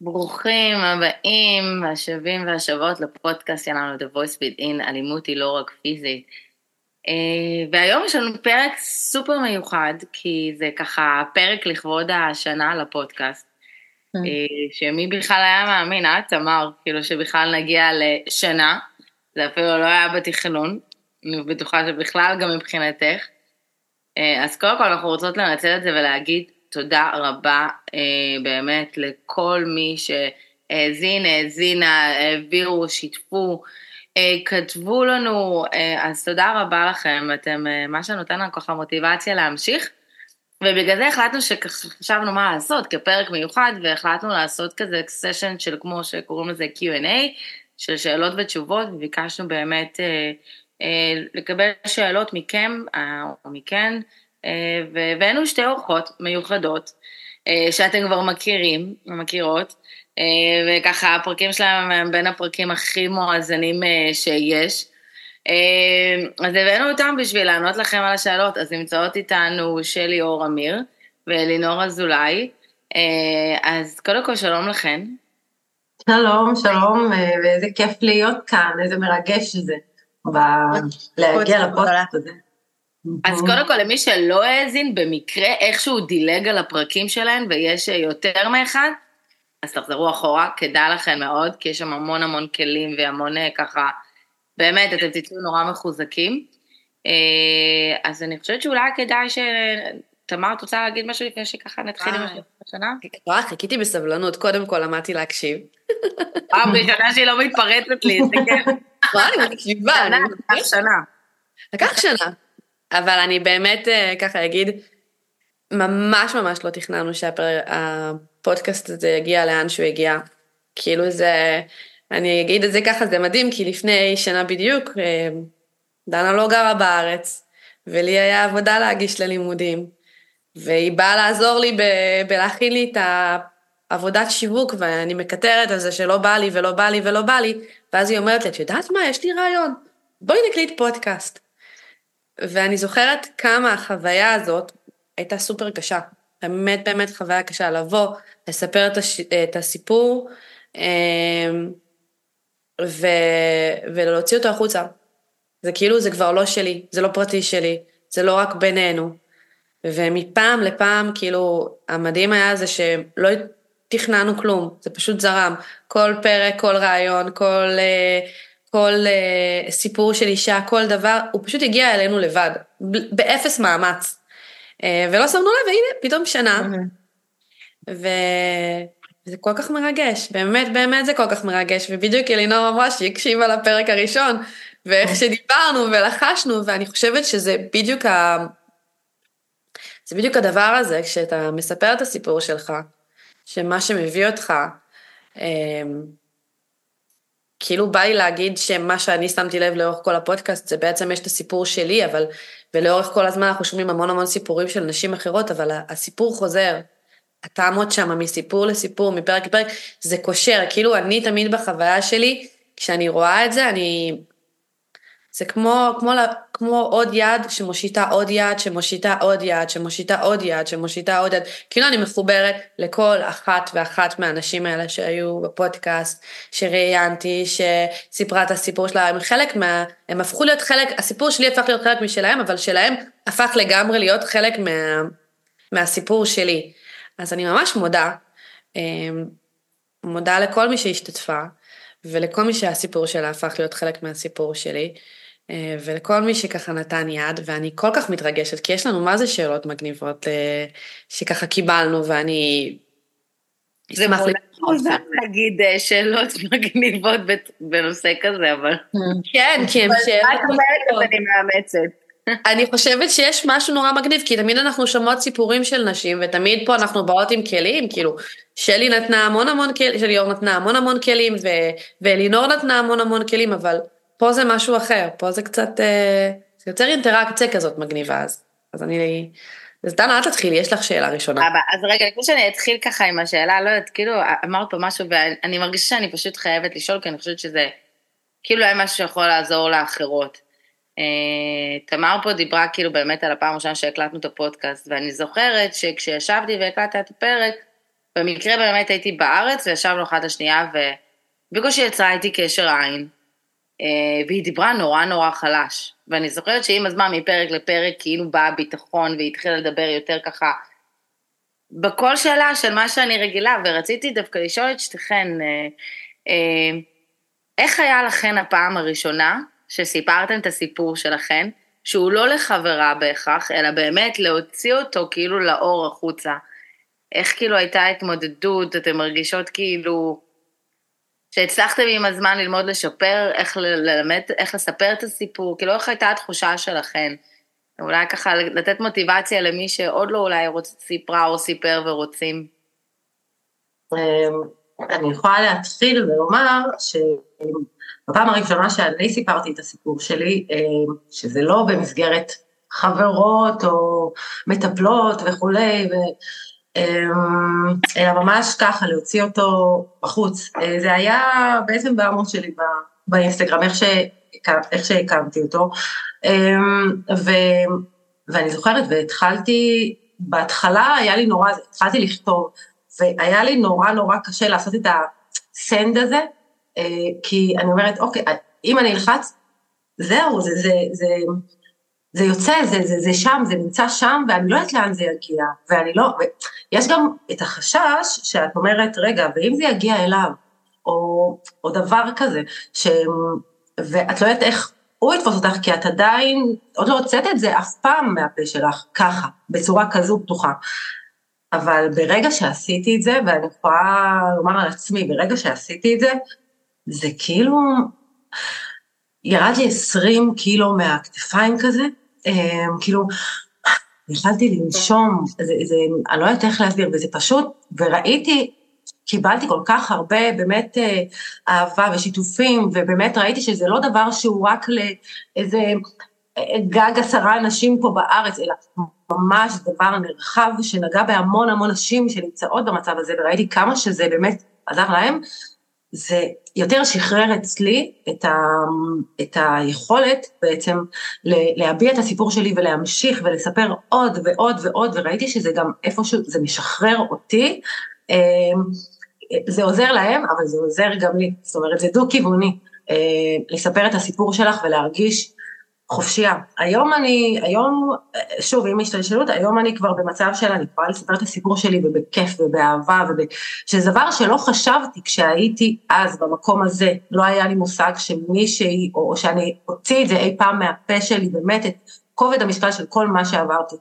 ברוכים הבאים, השבים והשבות לפודקאסט שלנו, The Voice Within, אלימות היא לא רק פיזית. והיום יש לנו פרק סופר מיוחד, כי זה ככה פרק לכבוד השנה לפודקאסט, שמי בכלל היה מאמין, תמר, כאילו שבכלל נגיע לשנה, זה אפילו לא היה בתכנון, אני בטוחה שבכלל גם מבחינתך. אז קודם כל אנחנו רוצות לנצל את זה ולהגיד תודה רבה באמת לכל מי שהאזין, האזינה, העבירו, שיתפו, כתבו לנו, אז תודה רבה לכם, אתם מה שנותן לנו ככה מוטיבציה להמשיך, ובגלל זה החלטנו שחשבנו מה לעשות כפרק מיוחד, והחלטנו לעשות כזה סשן של כמו שקוראים לזה Q&A, של שאלות ותשובות, וביקשנו באמת לקבל שאלות מכם או מכן, והבאנו שתי אורחות מיוחדות, שאתם כבר מכירים ומכירות, וככה הפרקים שלהם הם בין הפרקים הכי מואזנים שיש, אז הבאנו אותם בשביל לענות לכם על השאלות, אז נמצאות איתנו שלי אור אמיר ואלינור אזולאי, אז קודם כל שלום לכן. שלום, שלום, ואיזה כיף להיות כאן, איזה מרגש זה, להגיע לפודקאסט הזה. אז קודם כל, למי שלא האזין, במקרה איכשהו דילג על הפרקים שלהם, ויש יותר מאחד, אז תחזרו אחורה, כדאי לכם מאוד, כי יש שם המון המון כלים, והמון ככה, באמת, אתם תצאו נורא מחוזקים. אז אני חושבת שאולי כדאי תמר, את רוצה להגיד משהו לפני שככה נתחיל עם השנה? חיכיתי בסבלנות, קודם כל למדתי להקשיב. פעם ראשונה שהיא לא מתפרצת לי, זה כן. אני מקשיבה. לקח שנה. אבל אני באמת ככה אגיד, ממש ממש לא תכננו שהפודקאסט הזה יגיע לאן שהוא יגיע. כאילו זה, אני אגיד את זה ככה, זה מדהים, כי לפני שנה בדיוק, דנה לא גרה בארץ, ולי היה עבודה להגיש ללימודים, והיא באה לעזור לי בלהכין לי את העבודת שיווק, ואני מקטרת על זה שלא בא לי ולא בא לי ולא בא לי, ואז היא אומרת לי, את יודעת מה, יש לי רעיון, בואי נקליט פודקאסט. ואני זוכרת כמה החוויה הזאת הייתה סופר קשה, באמת באמת חוויה קשה, לבוא, לספר את הסיפור, ולהוציא אותו החוצה. זה כאילו, זה כבר לא שלי, זה לא פרטי שלי, זה לא רק בינינו. ומפעם לפעם, כאילו, המדהים היה זה שלא תכננו כלום, זה פשוט זרם. כל פרק, כל רעיון, כל סיפור של אישה, כל דבר, הוא פשוט הגיע אלינו לבד, באפס מאמץ. ולא שמנו לב, והנה, פתאום שנה. וזה כל כך מרגש, באמת, באמת זה כל כך מרגש, ובדיוק אלינור אמרה שהיא הקשיבה לפרק הראשון, ואיך שדיברנו ולחשנו, ואני חושבת שזה בדיוק הדבר הזה, כשאתה מספר את הסיפור שלך, שמה שמביא אותך, כאילו בא לי להגיד שמה שאני שמתי לב לאורך כל הפודקאסט, זה בעצם יש את הסיפור שלי, ולאורך כל הזמן אנחנו שומעים המון המון סיפורים של נשים אחרות, אבל הסיפור חוזר, התאמות שם מסיפור לסיפור, מפרק לפרק, זה קושר, כאילו אני תמיד בחוויה שלי, כשאני רואה את זה, זה כמו עוד יד שמושיטה עוד יד, שמושיטה עוד יד, שמושיטה עוד יד, שמושיטה עוד יד. כאילו אני מחוברת לכל אחת ואחת מהאנשים האלה שהיו בפודקאסט, שראיינתי, שסיפרה את הסיפור שלה, הם הפכו להיות חלק, הסיפור שלי הפך להיות חלק משלהם, אבל שלהם הפך לגמרי להיות חלק מהסיפור שלי. אז אני ממש מודה לכל מי שהשתתפה, ולכל מי שהסיפור שלה הפך להיות חלק מהסיפור שלי, ולכל מי שככה נתן יד, ואני כל כך מתרגשת, כי יש לנו מה זה שאלות מגניבות שככה קיבלנו, ואני אשמח להגיד שאלות מגניבות בנושא כזה, אבל... כן, כי הם שאלות... אני מאמצת. אני חושבת שיש משהו נורא מגניב, כי תמיד אנחנו שומעות סיפורים של נשים, ותמיד פה אנחנו באות עם כלים, כאילו, שלי נתנה המון כלים, שלי אור נתנה המון כלים, ואלינור נתנה המון כלים, אבל פה זה משהו אחר, פה זה קצת, זה יוצר אינטראקציה כזאת מגניבה, אז דנה, אל תתחילי, יש לך שאלה ראשונה. אז רגע, לפני שאני אתחיל ככה עם השאלה, לא יודעת, כאילו, אמרת פה משהו, ואני מרגישה שאני פשוט חייבת לשאול, כי אני חושבת שזה, כאילו, היה משהו שיכול לעזור לאחרות. תמר פה דיברה כאילו באמת על הפעם הראשונה שהקלטנו את הפודקאסט, ואני זוכרת שכשישבתי והקלטתי את הפרק, במקרה באמת הייתי בארץ, וישבנו אחת לשנייה, ובקושי יצרה איתי קשר עין, והיא דיברה נורא נורא חלש, ואני זוכרת שעם הזמן מפרק לפרק, כאילו באה ביטחון, והיא התחילה לדבר יותר ככה, בכל שאלה של מה שאני רגילה, ורציתי דווקא לשאול את שתיכן, איך היה לכן הפעם הראשונה, שסיפרתם את הסיפור שלכן, שהוא לא לחברה בהכרח, אלא באמת להוציא אותו כאילו לאור החוצה. איך כאילו הייתה התמודדות, אתם מרגישות כאילו, שהצלחתם עם הזמן ללמוד לשפר, איך ללמד, איך לספר את הסיפור, כאילו איך הייתה התחושה שלכן, אולי ככה לתת מוטיבציה למי שעוד לא אולי סיפרה או סיפר ורוצים. אני יכולה להתחיל ולומר שבפעם הראשונה שאני סיפרתי את הסיפור שלי, שזה לא במסגרת חברות או מטפלות וכולי, אלא ממש ככה להוציא אותו בחוץ. זה היה בעצם בעמוד שלי באינסטגרם, איך שהקמתי אותו, ואני זוכרת והתחלתי, בהתחלה היה לי נורא, התחלתי לכתוב, והיה לי נורא נורא קשה לעשות את הסנד הזה, כי אני אומרת, אוקיי, אם אני אלחץ, זהו, זה יוצא, זה שם, זה נמצא שם, ואני לא יודעת לאן זה יגיע, יש גם את החשש שאת אומרת, רגע, ואם זה יגיע אליו, או דבר כזה, ואת לא יודעת איך הוא יתפוס אותך, כי את עדיין, עוד לא הוצאת את זה אף פעם מהפה שלך, ככה, בצורה כזו פתוחה. אבל ברגע שעשיתי את זה, ואני יכולה לומר על עצמי, ברגע שעשיתי את זה, זה כאילו, ירד לי 20 קילו מהכתפיים כזה, כאילו, יכלתי לנשום, אני לא יודעת איך להסביר, וזה פשוט, וראיתי, קיבלתי כל כך הרבה באמת אהבה ושיתופים, ובאמת ראיתי שזה לא דבר שהוא רק לאיזה גג 10 אנשים פה בארץ, אלא ממש דבר נרחב שנגע בהמון המון נשים שנמצאות במצב הזה, וראיתי כמה שזה באמת עזר להם, זה יותר שחרר אצלי את היכולת בעצם להביע את הסיפור שלי ולהמשיך ולספר עוד ועוד ועוד, וראיתי שזה גם איפשהו, זה משחרר אותי, זה עוזר להם, אבל זה עוזר גם לי, זאת אומרת, זה דו-כיווני, לספר את הסיפור שלך ולהרגיש חופשייה. היום, שוב, עם השתלשלות, היום אני כבר במצב שאני יכולה לספר את הסיפור שלי ובכיף ובאהבה, שזה דבר שלא חשבתי כשהייתי אז במקום הזה, לא היה לי מושג שמישהי, או שאני הוציא את זה אי פעם מהפה שלי, באמת את כובד המשקל של כל מה שעברתי.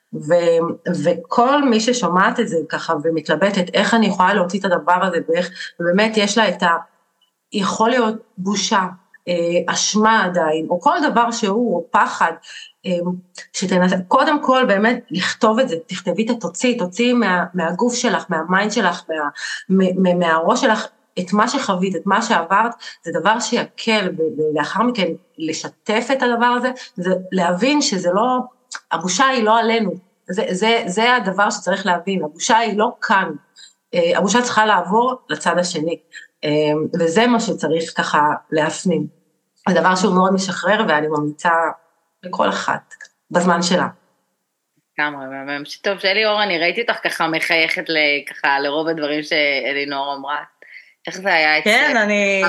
וכל מי ששומעת את זה ככה ומתלבטת, איך אני יכולה להוציא את הדבר הזה, ובאמת יש לה את יכול להיות בושה, אשמה עדיין, או כל דבר שהוא, או פחד, שתנסה, קודם כל באמת לכתוב את זה, תכתבי את תוציאי מהגוף שלך, מהמיינד שלך, מהראש שלך, את מה שחווית, את מה שעברת, זה דבר שיקל, ולאחר מכן לשתף את הדבר הזה, זה להבין שזה לא, הבושה היא לא עלינו, זה הדבר שצריך להבין, הבושה היא לא כאן, הבושה צריכה לעבור לצד השני, וזה מה שצריך ככה להפנים. זה דבר שהוא מאוד משחרר, ואני ממליצה לכל אחת, בזמן שלה. כמה, טוב, שאליאור, אני ראיתי אותך ככה מחייכת ככה לרוב הדברים שאלינור אמרה. איך זה היה אצלך? כן, אני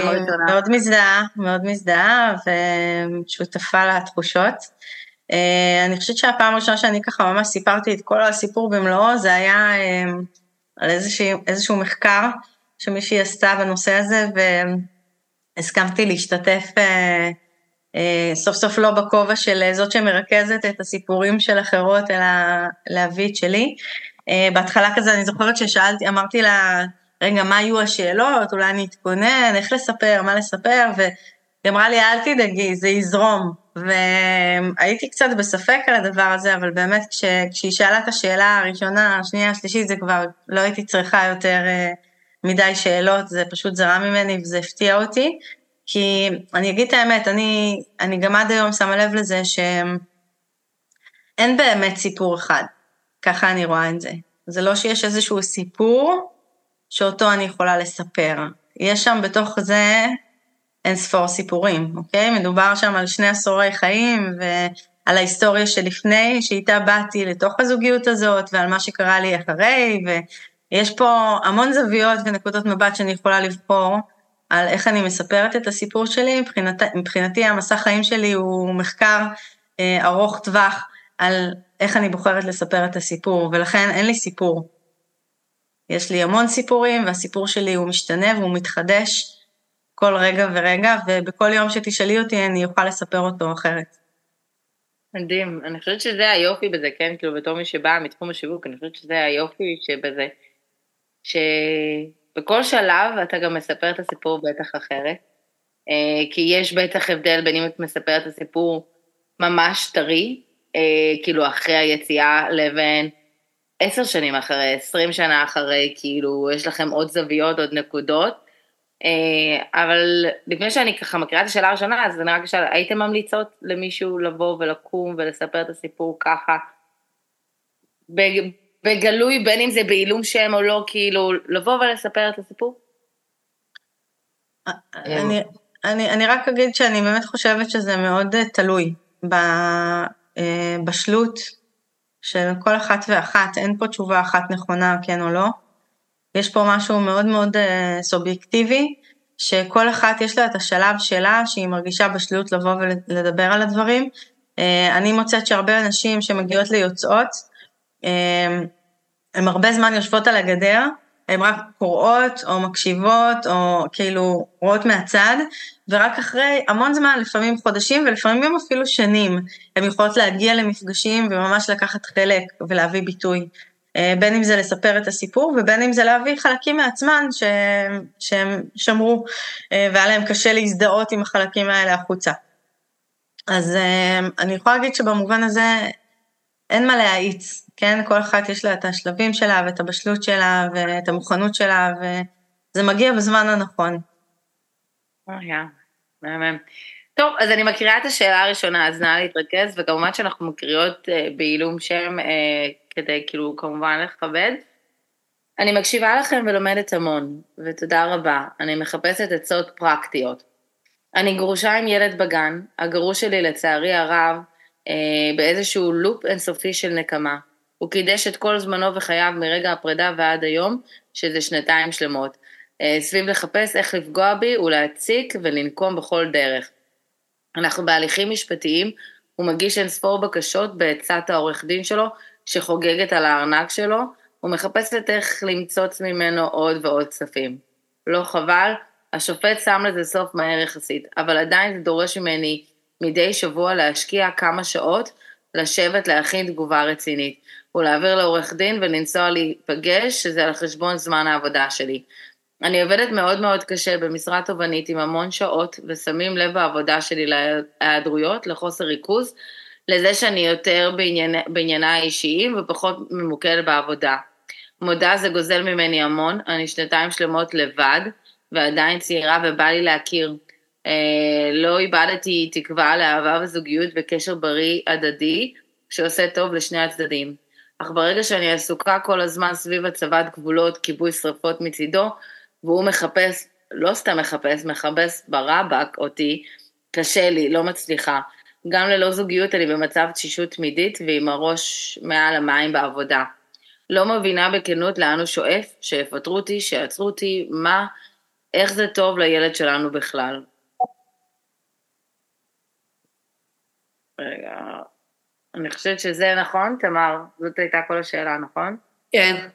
מאוד מזדהה, ושותפה לתחושות. אני חושבת שהפעם הראשונה שאני ככה ממש סיפרתי את כל הסיפור במלואו, זה היה על איזשהו מחקר שמישהי עשתה בנושא הזה, והסכמתי להשתתף סוף סוף לא בכובע של זאת שמרכזת את הסיפורים של אחרות, אלא להביא את שלי. בהתחלה כזה אני זוכרת ששאלתי, אמרתי לה, רגע, מה היו השאלות? אולי אני אתכונן, איך לספר, מה לספר, והיא אמרה לי, אל תדאגי, זה יזרום. והייתי קצת בספק על הדבר הזה, אבל באמת כשהיא שאלה את השאלה הראשונה, השנייה, השלישית, זה כבר לא הייתי צריכה יותר מדי שאלות, זה פשוט זרם ממני וזה הפתיע אותי, כי אני אגיד את האמת, אני גם עד היום שמה לב לזה שאין באמת סיפור אחד, ככה אני רואה את זה. זה לא שיש איזשהו סיפור שאותו אני יכולה לספר. יש שם בתוך זה אין ספור סיפורים, אוקיי? מדובר שם על 2 עשורי חיים, ועל ההיסטוריה שלפני, שאיתה באתי לתוך הזוגיות הזאת, ועל מה שקרה לי אחרי, יש פה המון זוויות ונקודות מבט שאני יכולה לבחור, על איך אני מספרת את הסיפור שלי. מבחינתי המסע חיים שלי הוא מחקר ארוך טווח, על איך אני בוחרת לספר את הסיפור, ולכן אין לי סיפור. יש לי המון סיפורים, והסיפור שלי הוא משתנה והוא מתחדש כל רגע ורגע, ובכל יום שתשאלי אותי אני אוכל לספר אותו אחרת. מדהים, אני חושבת שזה היופי בזה, כן? כאילו בתור מי שבאה מתחום השיווק, אני חושבת שזה היופי שבזה, שבכל שלב אתה גם מספר את הסיפור בטח אחרת, כי יש בטח הבדל בין אם את מספרת את הסיפור ממש טרי, כאילו אחרי היציאה, לבין 10 שנים אחרי, 20 שנה אחרי, כאילו יש לכם עוד זוויות, עוד נקודות, אבל לפני שאני ככה מכירה את השאלה הראשונה, אז אני רק אשאל, הייתם ממליצות למישהו לבוא ולקום ולספר את הסיפור ככה, בגלוי, בין אם זה בעילום שם או לא, כאילו לבוא ולספר את הסיפור? אני רק אגיד שאני באמת חושבת שזה מאוד תלוי בשלות של כל אחת ואחת, אין פה תשובה אחת נכונה, כן או לא. יש פה משהו מאוד מאוד סובייקטיבי, שכל אחת יש לה את השלב שלה, שהיא מרגישה בשלות לבוא ולדבר על הדברים. אני מוצאת שהרבה אנשים שמגיעות ליוצאות, הן הרבה זמן יושבות על הגדר, הן רק קוראות או מקשיבות או כאילו רואות מהצד, ורק אחרי המון זמן, לפעמים חודשים ולפעמים אפילו שנים, הן יכולות להגיע למפגשים וממש לקחת חלק ולהביא ביטוי. בין אם זה לספר את הסיפור, ובין אם זה להביא חלקים מעצמן שהם שמרו, והיה להם קשה להזדהות עם החלקים האלה החוצה. אז אני יכולה להגיד שבמובן הזה אין מה להאיץ, כן? כל אחת יש לה את השלבים שלה ואת הבשלות שלה ואת המוכנות שלה, וזה מגיע בזמן הנכון. מהמם. טוב, אז אני מכירה את השאלה הראשונה, אז נא להתרכז, וכמובן שאנחנו מכירות בעילום שם, כדי כאילו כמובן לכבד. אני מקשיבה לכם ולומדת המון, ותודה רבה. אני מחפשת עצות פרקטיות. אני גרושה עם ילד בגן, הגרוש שלי לצערי הרב, באיזשהו לופ אינסופי של נקמה. הוא קידש את כל זמנו וחייו מרגע הפרידה ועד היום, שזה 2 שלמות. סביב לחפש איך לפגוע בי ולהציק ולנקום בכל דרך. אנחנו בהליכים משפטיים, הוא מגיש אינספור בקשות בעצת העורך דין שלו, שחוגגת על הארנק שלו, הוא מחפשת איך למצוץ ממנו עוד ועוד כספים. לא חבל, השופט שם לזה סוף מהר יחסית, אבל עדיין זה דורש ממני מדי שבוע להשקיע כמה שעות, לשבת להכין תגובה רצינית, ולהעביר לעורך דין ולנסוע להיפגש, שזה על חשבון זמן העבודה שלי. אני עובדת מאוד מאוד קשה במשרה תובענית עם המון שעות, ושמים לב בעבודה שלי להיעדרויות, לחוסר ריכוז, לזה שאני יותר בענייני האישיים ופחות ממוקדת בעבודה. מודה זה גוזל ממני המון, אני 2 שלמות לבד, ועדיין צעירה ובא לי להכיר. לא איבדתי תקווה לאהבה וזוגיות וקשר בריא הדדי, שעושה טוב לשני הצדדים. אך ברגע שאני עסוקה כל הזמן סביב הצבת גבולות, כיבוי שרפות מצידו, והוא מחפש, לא סתם מחפש ברבק אותי, קשה לי, לא מצליחה. גם ללא זוגיות אני במצב תשישות תמידית, ועם הראש מעל המים בעבודה. לא מבינה בכנות לאן הוא שואף, שיפטרו אותי, שיעצרו אותי, מה, איך זה טוב לילד שלנו בכלל. רגע, אני חושבת שזה נכון, תמר, זאת הייתה כל השאלה, נכון? כן.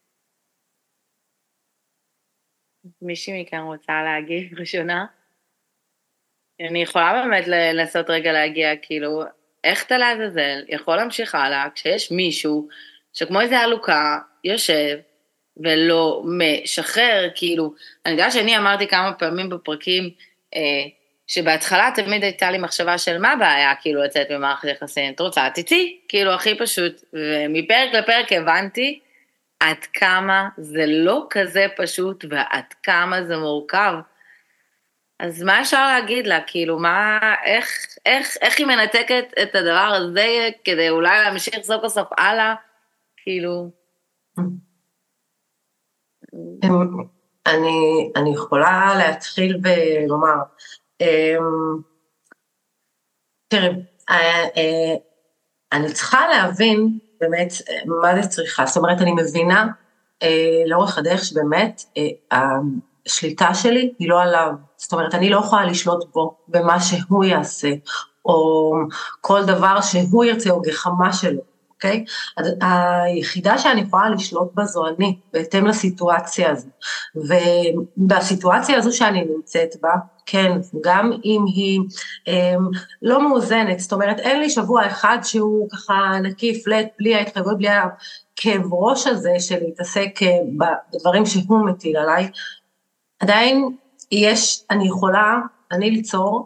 מישהי מכאן רוצה להגיב ראשונה? אני יכולה באמת לנסות רגע להגיע, כאילו, איך אתה לעזאזל יכול להמשיך הלאה, כשיש מישהו שכמו איזה הלוקה יושב ולא משחרר, כאילו, אני יודעת שאני אמרתי כמה פעמים בפרקים, שבהתחלה תמיד הייתה לי מחשבה של מה הבעיה, כאילו, לצאת ממערכת יחסים, את רוצה, תצאי, כאילו, הכי פשוט, ומפרק לפרק הבנתי, עד כמה זה לא כזה פשוט, ועד כמה זה מורכב. אז מה אפשר להגיד לה? כאילו, מה, איך היא מנתקת את הדבר הזה, כדי אולי להמשיך סוף הסוף הלאה? כאילו... אני יכולה להתחיל ולומר, תראי, אני צריכה להבין באמת מה זה צריכה, זאת אומרת, אני מבינה לאורך הדרך שבאמת השליטה שלי היא לא עליו, זאת אומרת אני לא יכולה לשלוט בו במה שהוא יעשה, או כל דבר שהוא ירצה או גחמה שלו, אוקיי? היחידה שאני יכולה לשלוט בה זו אני, בהתאם לסיטואציה הזו, ובסיטואציה הזו שאני נמצאת בה, כן, גם אם היא לא מאוזנת, זאת אומרת אין לי שבוע אחד שהוא ככה נקי פלט, בלי ההתחייבות, בלי הכאב ראש הזה של להתעסק בדברים שהוא מטיל עליי, עדיין אני יכולה ליצור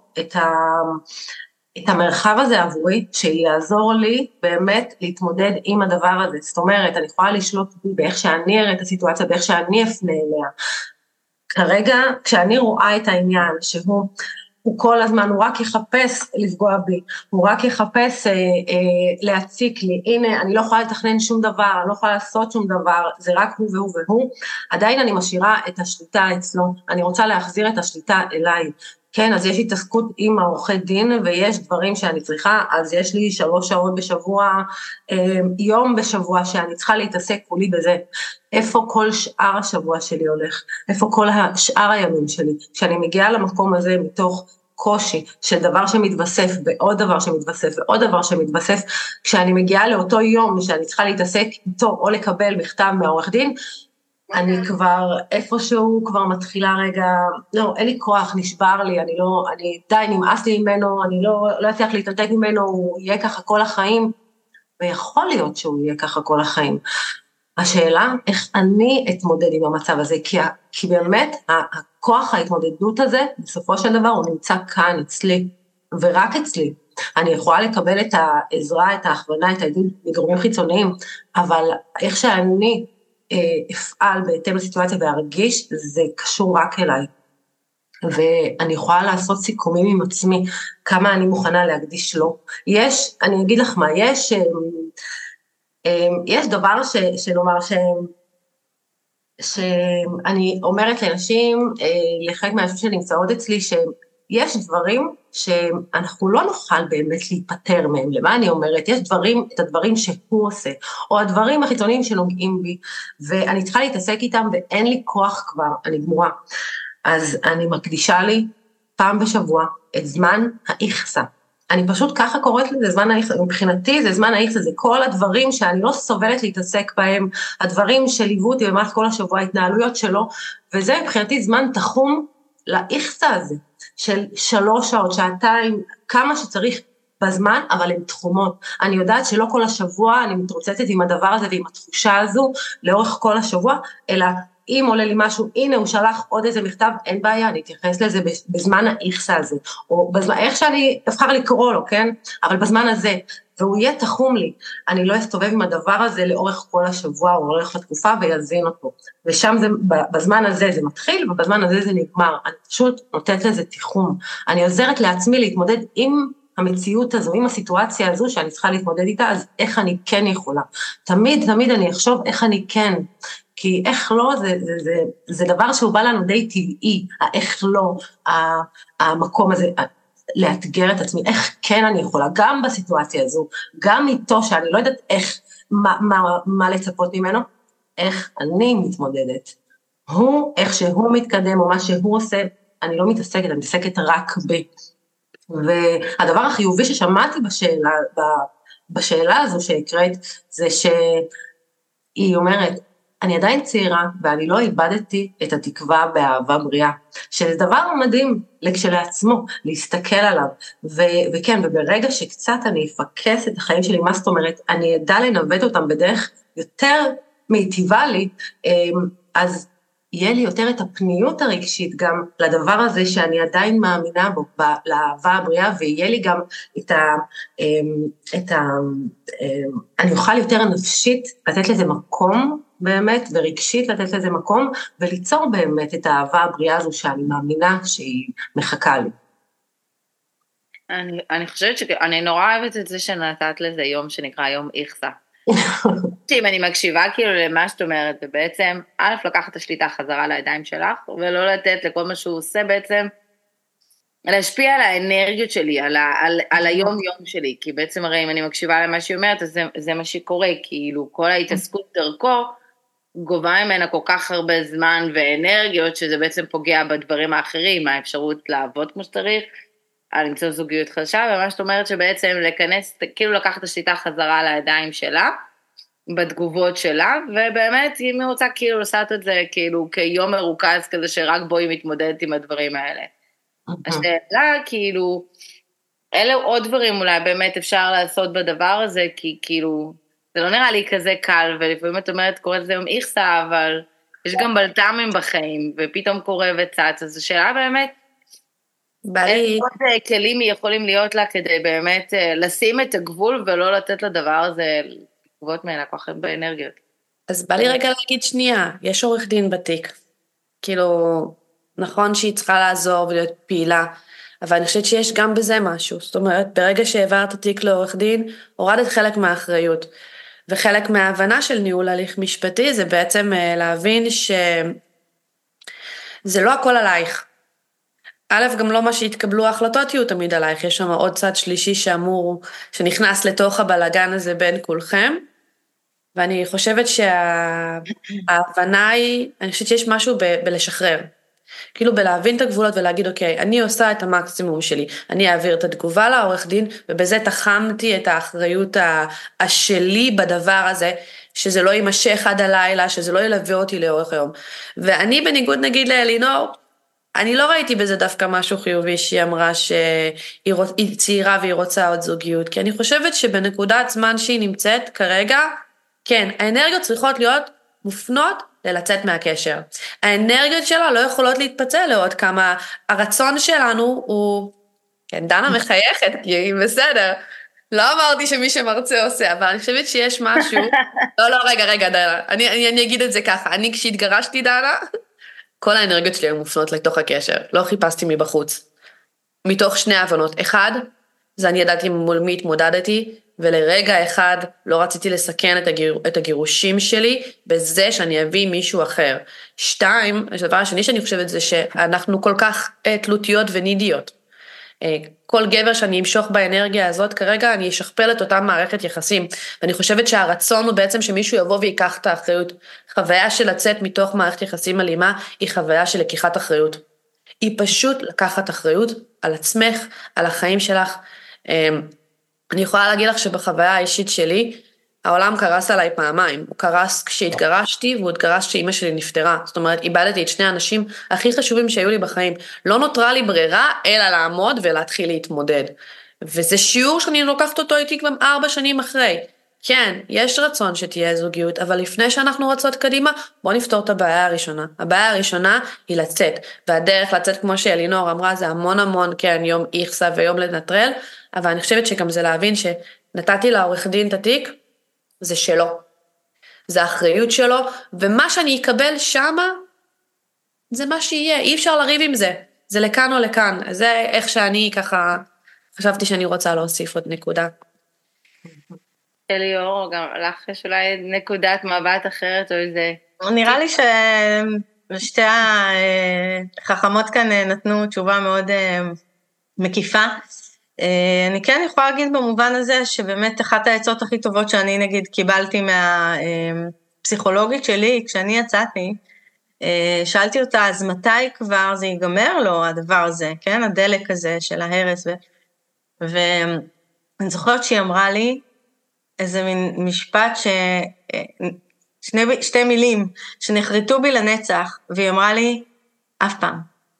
את המרחב הזה עבורי, שיעזור לי באמת להתמודד עם הדבר הזה, זאת אומרת, אני יכולה לשלוט באיך שאני אראה את הסיטואציה, באיך שאני אפנה אליה. כרגע, כשאני רואה את העניין, שהוא כל הזמן, הוא רק יחפש לפגוע בי, הוא רק יחפש להציק לי, הנה, אני לא יכולה לתכנן שום דבר, אני לא יכולה לעשות שום דבר, זה רק הוא והוא והוא, עדיין אני משאירה את השליטה אצלו, אני רוצה להחזיר את השליטה אליי, כן, אז יש התעסקות עם העורכי דין, ויש דברים שאני צריכה, אז יש לי 3 שעות בשבוע, יום בשבוע, שאני צריכה להתעסק כולי בזה. איפה כל שאר השבוע שלי הולך? איפה כל שאר הימים שלי? כשאני מגיעה למקום הזה מתוך קושי, של דבר שמתווסף, ועוד דבר שמתווסף, ועוד דבר שמתווסף, כשאני מגיעה לאותו יום, שאני צריכה להתעסק איתו, או לקבל מכתב מהעורך דין, אני כבר איפשהו כבר מתחילה רגע, לא, אין לי כוח, נשבר לי, די, נמאס לי ממנו, אני לא אצליח להתנתק ממנו, הוא יהיה ככה כל החיים, ויכול להיות שהוא יהיה ככה כל החיים. השאלה, איך אני אתמודד עם המצב הזה, כי באמת, הכוח ההתמודדות הזה, בסופו של דבר, הוא נמצא כאן אצלי, ורק אצלי. אני יכולה לקבל את העזרה, את ההכוונה, את העדות מגורמים חיצוניים, אבל איך שאני אפעל בהתאם לסיטואציה והרגיש, זה קשור רק אליי. ואני יכולה לעשות סיכומים עם עצמי, כמה אני מוכנה להקדיש לו. אני אגיד לך מה, יש דבר שנאמר שאני אומרת לאנשים, לחלק מהאנשים שנמצאות אצלי, שיש דברים שאנחנו לא נוכל באמת להיפטר מהם. למה אני אומרת? יש את הדברים שהוא עושה, או הדברים החיצוניים שנוגעים בי, ואני צריכה להתעסק איתם, ואין לי כוח כבר, אני גמורה. אז אני מקדישה לי פעם בשבוע את זמן האיכסה. אני פשוט ככה קוראת לזה, זמן האיכסה, מבחינתי זה זמן האיכסה, זה כל הדברים שאני לא סובלת להתעסק בהם, הדברים שליוו אותי במהלך כל השבוע, ההתנהלויות שלו, וזה מבחינתי זמן תחום לאיכסה הזה, של 3 שעות, 2 שעתיים, כמה שצריך בזמן, אבל הן תחומות. אני יודעת שלא כל השבוע אני מתרוצצת עם הדבר הזה ועם התחושה הזו, לאורך כל השבוע, אלא אם עולה לי משהו, הנה הוא שלח עוד איזה מכתב, אין בעיה, אני אתייחס לזה בזמן האיכסה הזה, או בזמן, איך שאני אבחר לקרוא לו, כן? אבל בזמן הזה, והוא יהיה תחום לי, אני לא אסתובב עם הדבר הזה לאורך כל השבוע, או לאורך התקופה, ויזין אותו. ושם בזמן הזה זה מתחיל, ובזמן הזה זה נגמר. אני פשוט נותנת לזה תיחום. אני עוזרת לעצמי להתמודד עם המציאות הזו, עם הסיטואציה הזו, שאני צריכה להתמודד איתה, אז איך אני כן יכולה. תמיד אני אחשוב איך אני כן, כי איך לא, זה דבר שהוא בא לנו די טבעי, איך לא, המקום הזה, לאתגר את עצמי, איך כן אני יכולה, גם בסיטואציה הזו, גם איתו שאני לא יודעת איך, מה לצפות ממנו, איך אני מתמודדת. איך שהוא מתקדם, או מה שהוא עושה, אני לא מתעסקת, אני מתעסקת רק ב. והדבר החיובי ששמעתי בשאלה הזו שהקראת, זה שהיא אומרת, אני עדיין צעירה, ואני לא איבדתי את התקווה באהבה בריאה, שזה דבר מדהים כשלעצמו, להסתכל עליו, וכן, וברגע שקצת אני אפקס את החיים שלי, מה זאת אומרת, אני אדע לנווט אותם בדרך יותר מיטיבה לי, אז יהיה לי יותר את הפניות הרגשית גם לדבר הזה שאני עדיין מאמינה בו, לאהבה הבריאה, ויהיה לי גם אני אוכל יותר נפשית לתת לזה מקום באמת, ורגשית לתת לזה מקום, וליצור באמת את האהבה הבריאה הזו שאני מאמינה שהיא מחכה לי. אני חושבת שאני נורא אוהבת את זה שנתת לזה יום שנקרא יום איכסה. אם אני מקשיבה כאילו למה שאת אומרת, ובעצם א' לקחת את השליטה חזרה לידיים שלך, ולא לתת לכל מה שהוא עושה בעצם, להשפיע על האנרגיות שלי, על היום יום שלי, כי בעצם הרי אם אני מקשיבה למה שהיא אומרת, אז זה מה שקורה, כאילו כל ההתעסקות דרכו, גובה ממנה כל כך הרבה זמן ואנרגיות, שזה בעצם פוגע בדברים האחרים, האפשרות לעבוד כמו שצריך, למצוא זוגיות חדשה, ומה שאת אומרת שבעצם לכנס, כאילו לקחת את השליטה חזרה לידיים שלה, בתגובות שלה, ובאמת אם היא רוצה כאילו לעשות את זה כאילו כיום מרוכז כזה שרק בו היא מתמודדת עם הדברים האלה. השאלה כאילו, אלה עוד דברים אולי באמת אפשר לעשות בדבר הזה, כי כאילו, זה לא נראה לי כזה קל, ולפעמים את אומרת קוראת לזה יום איכסה, אבל יש גם בלת"מים בחיים, ופתאום קורה וצץ, אז השאלה באמת, איזה עוד כלים יכולים להיות לה כדי באמת לשים את הגבול ולא לתת לדבר הזה לגבות ממנה כל כך הרבה אנרגיות. אז בא לי רגע להגיד שנייה, יש עורך דין בתיק, כאילו נכון שהיא צריכה לעזור ולהיות פעילה, אבל אני חושבת שיש גם בזה משהו, זאת אומרת ברגע שהעברת התיק לעורך דין, הורדת חלק מהאחריות, וחלק מההבנה של ניהול הליך משפטי זה בעצם להבין שזה לא הכל עלייך, א', גם לא מה שהתקבלו ההחלטות יהיו תמיד עלייך, יש שם עוד צד שלישי שנכנס לתוך הבלגן הזה בין כולכם, ואני חושבת שההבנה היא, אני חושבת שיש משהו בלשחרר, כאילו בלהבין את הגבולות ולהגיד, אוקיי, אני עושה את המקסימום שלי, אני אעביר את התגובה לעורך דין, ובזה תחמתי את האחריות השלי בדבר הזה, שזה לא יימשך עד הלילה, שזה לא ילווה אותי לאורך היום. ואני בניגוד נגיד לאלינור, אני לא ראיתי בזה דווקא משהו חיובי שהיא אמרה שהיא צעירה והיא רוצה עוד זוגיות, כי אני חושבת שבנקודת זמן שהיא נמצאת כרגע, כן, האנרגיות צריכות להיות מופנות ללצאת מהקשר. האנרגיות שלה לא יכולות להתפצל לעוד כמה, הרצון שלנו הוא, כן, דנה מחייכת, כי היא בסדר, לא אמרתי שמי שמרצה עושה, אבל אני חושבת שיש משהו, לא, רגע, דנה, אני אגיד את זה ככה, אני כשהתגרשתי דנה, כל האנרגיות שלי היו מופנות לתוך הקשר, לא חיפשתי מבחוץ. מתוך שני הבנות, אחד, זה אני ידעתי מול מי התמודדתי, ולרגע אחד לא רציתי לסכן את הגירושים שלי, בזה שאני אביא מישהו אחר. שתיים, הדבר השני שאני חושבת זה שאנחנו כל כך תלותיות ונידיות. כל גבר שאני אמשוך באנרגיה הזאת כרגע, אני אשכפל את אותה מערכת יחסים, ואני חושבת שהרצון הוא בעצם שמישהו יבוא ויקח את האחריות. חוויה של לצאת מתוך מערכת יחסים אלימה, היא חוויה של לקיחת אחריות. היא פשוט לקחת אחריות על עצמך, על החיים שלך. אני יכולה להגיד לך שבחוויה האישית שלי, העולם קרס עליי פעמיים. הוא קרס כשהתגרשתי, והוא התגרש כשאימא שלי נפטרה. זאת אומרת, איבדתי את שני האנשים הכי חשובים שהיו לי בחיים. לא נותרה לי ברירה, אלא לעמוד ולהתחיל להתמודד. וזה שיעור שאני לוקחת אותו איתי כבר 4 שנים אחרי. כן, יש רצון שתהיה זוגיות, אבל לפני שאנחנו רצות קדימה, בוא נפתור את הבעיה הראשונה. הבעיה הראשונה היא לצאת, והדרך לצאת, כמו שאלינור אמרה, זה המון, כן, יום איכסה ויום לנטרל, אבל אני חושבת שגם זה להבין שנתתי לעורך דין את התיק, זה שלו. זה האחריות שלו, ומה שאני אקבל שמה, זה מה שיהיה, אי אפשר לריב עם זה. זה לכאן או לכאן. זה איך שאני ככה, חשבתי שאני רוצה להוסיף עוד נקודה. אליאור, גם לך יש אולי נקודת מבט אחרת או איזה... נראה לי ששתי החכמות כאן נתנו תשובה מאוד מקיפה. אני כן יכולה להגיד במובן הזה שבאמת אחת העצות הכי טובות שאני נגיד קיבלתי מהפסיכולוגית שלי, כשאני יצאתי, שאלתי אותה, אז מתי כבר זה ייגמר לו הדבר הזה, כן? הדלק הזה של ההרס. ואני זוכרת שהיא אמרה לי, איזה מין משפט שתי מילים שנחרטו בי לנצח, והיא אמרה לי, אף פעם.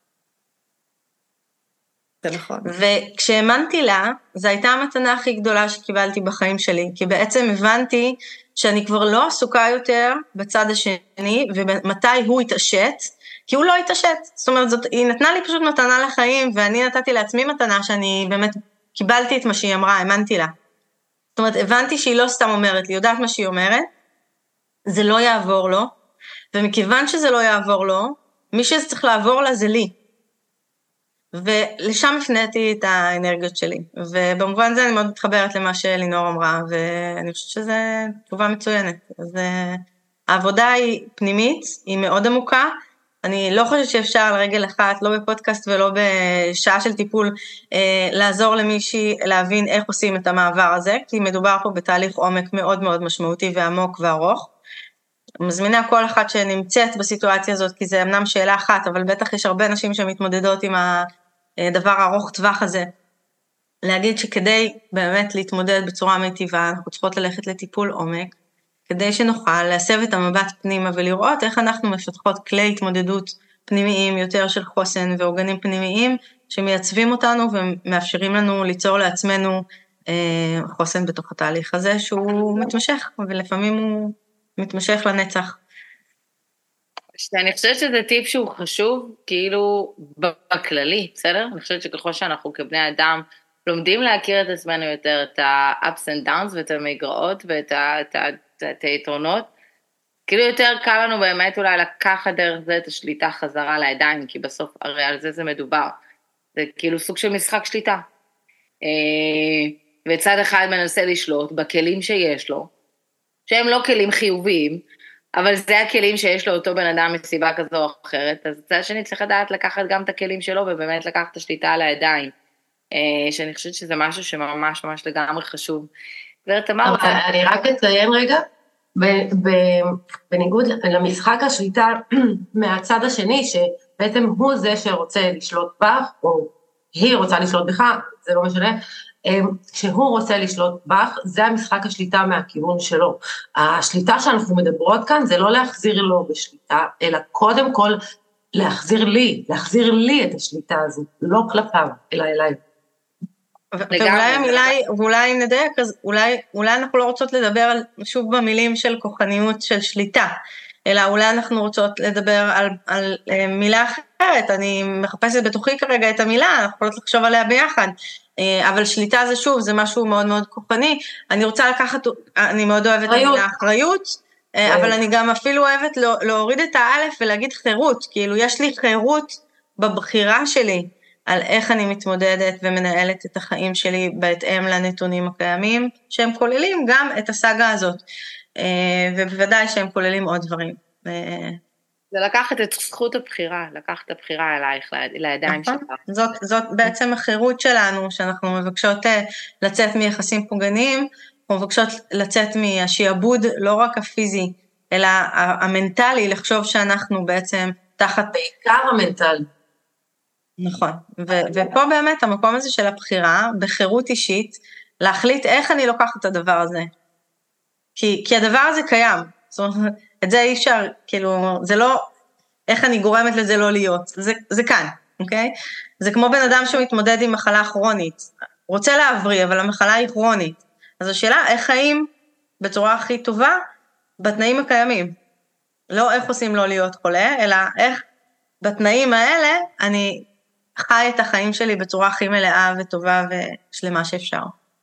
זה נכון. וכשהאמנתי לה, זו הייתה המתנה הכי גדולה שקיבלתי בחיים שלי, כי בעצם הבנתי שאני כבר לא עסוקה יותר בצד השני, ומתי הוא התעשת, כי הוא לא התעשת. זאת אומרת, היא נתנה לי פשוט מתנה לחיים, ואני נתתי לעצמי מתנה שאני באמת קיבלתי את מה שהיא אמרה, האמנתי לה. זאת אומרת, הבנתי שהיא לא סתם אומרת לי, יודעת מה שהיא אומרת, זה לא יעבור לו, ומכיוון שזה לא יעבור לו, מי שזה צריך לעבור לה זה לי. ולשם הפניתי את האנרגיות שלי, ובמובן זה אני מאוד מתחברת למה שאלינור אמרה, ואני חושבת שזו תשובה מצוינת. אז העבודה היא פנימית, היא מאוד עמוקה, אני לא חושבת שאפשר על רגל אחת, לא בפודקאסט ולא בשעה של טיפול, לעזור למישהי להבין איך עושים את המעבר הזה, כי מדובר פה בתהליך עומק מאוד מאוד משמעותי ועמוק וארוך, מזמינה כל אחת שנמצאת בסיטואציה הזאת, כי זה אמנם שאלה אחת, אבל בטח יש הרבה נשים שמתמודדות עם הדבר הארוך טווח הזה, להגיד שכדי באמת להתמודד בצורה מיטיבה, אנחנו צריכות ללכת לטיפול עומק, כדי שנוכל להסב את המבט פנימה ולראות איך אנחנו מפתחות כלי התמודדות פנימיים יותר של חוסן ועוגנים פנימיים, שמייצבים אותנו ומאפשרים לנו ליצור לעצמנו חוסן בתוך התהליך הזה, שהוא מתמשך, ולפעמים הוא מתמשך לנצח. אני חושבת שזה טיפ שהוא חשוב, כאילו בכללי, בסדר? אני חושבת שככל שאנחנו כבני אדם לומדים להכיר את עצמנו יותר, את ה-ups and downs ואת המגרעות ואת היתרונות, כאילו יותר קל לנו באמת אולי לקחת דרך זה את השליטה חזרה לידיים, כי בסוף הרי על זה מדובר. זה כאילו סוג של משחק שליטה. וצד אחד מנסה לשלוט בכלים שיש לו, שהם לא כלים חיוביים, אבל זה הכלים שיש לו אותו בן אדם מסיבה כזו או אחרת, אז צד שני צריך לדעת לקחת גם את הכלים שלו, ובאמת לקחת את השליטה על הידיים, שאני חושבת שזה משהו שממש ממש לגמרי חשוב. גברת תמר, אני רק אציין רגע, בניגוד למשחק השליטה מהצד השני, שבעצם הוא זה שרוצה לשלוט בך, או היא רוצה לשלוט בך, זה לא משנה, שהוא רוצה לשלוט בך, זה המשחק השליטה מהכיוון שלו. השליטה שאנחנו מדברות כאן, זה לא להחזיר לו בשליטה, אלא קודם כל להחזיר לי את השליטה הזו, לא כלפיו, אלא אליי. ואולי נדייק, אז אולי אנחנו לא רוצות לדבר שוב במילים של כוחניות של שליטה, אלא אולי אנחנו רוצות לדבר על מילה אחרת, אני מחפשת בתוכי כרגע את המילה, אנחנו יכולות לחשוב עליה ביחד, אבל שליטה זה שוב, זה משהו מאוד מאוד כוחני, אני רוצה לקחת, אני מאוד אוהבת את המילה אחריות, אבל אני גם אפילו אוהבת להוריד את האלף ולהגיד חירות, כאילו יש לי חירות בבחירה שלי, על איך אני מתמודדת ומנהלת את החיים שלי בהתאם לנתונים הקיימים, שהם כוללים גם את הסאגה הזאת, ובוודאי שהם כוללים עוד דברים. זה לקחת את זכות הבחירה, לקחת את הבחירה אלייך, לידיים שלך. זאת בעצם החירות שלנו, שאנחנו מבקשות לצאת מיחסים פוגעניים, אנחנו מבקשות לצאת מהשיעבוד, לא רק הפיזי, אלא המנטלי, לחשוב שאנחנו בעצם תחת בעיקר המנטלי. נכון, ופה באמת המקום הזה של הבחירה, בחירות אישית, להחליט איך אני לוקחת את הדבר הזה. כי הדבר הזה קיים, זאת אומרת, את זה אי אפשר, כאילו, זה לא, איך אני גורמת לזה לא להיות, זה כאן, אוקיי? זה כמו בן אדם שמתמודד עם מחלה כרונית, רוצה להבריא, אבל המחלה היא כרונית, אז השאלה, איך חיים בצורה הכי טובה, בתנאים הקיימים, לא איך עושים לא להיות חולה, אלא איך בתנאים האלה, אני חי את החיים שלי בצורה הכי מלאה וטובה ושלמה שאפשר.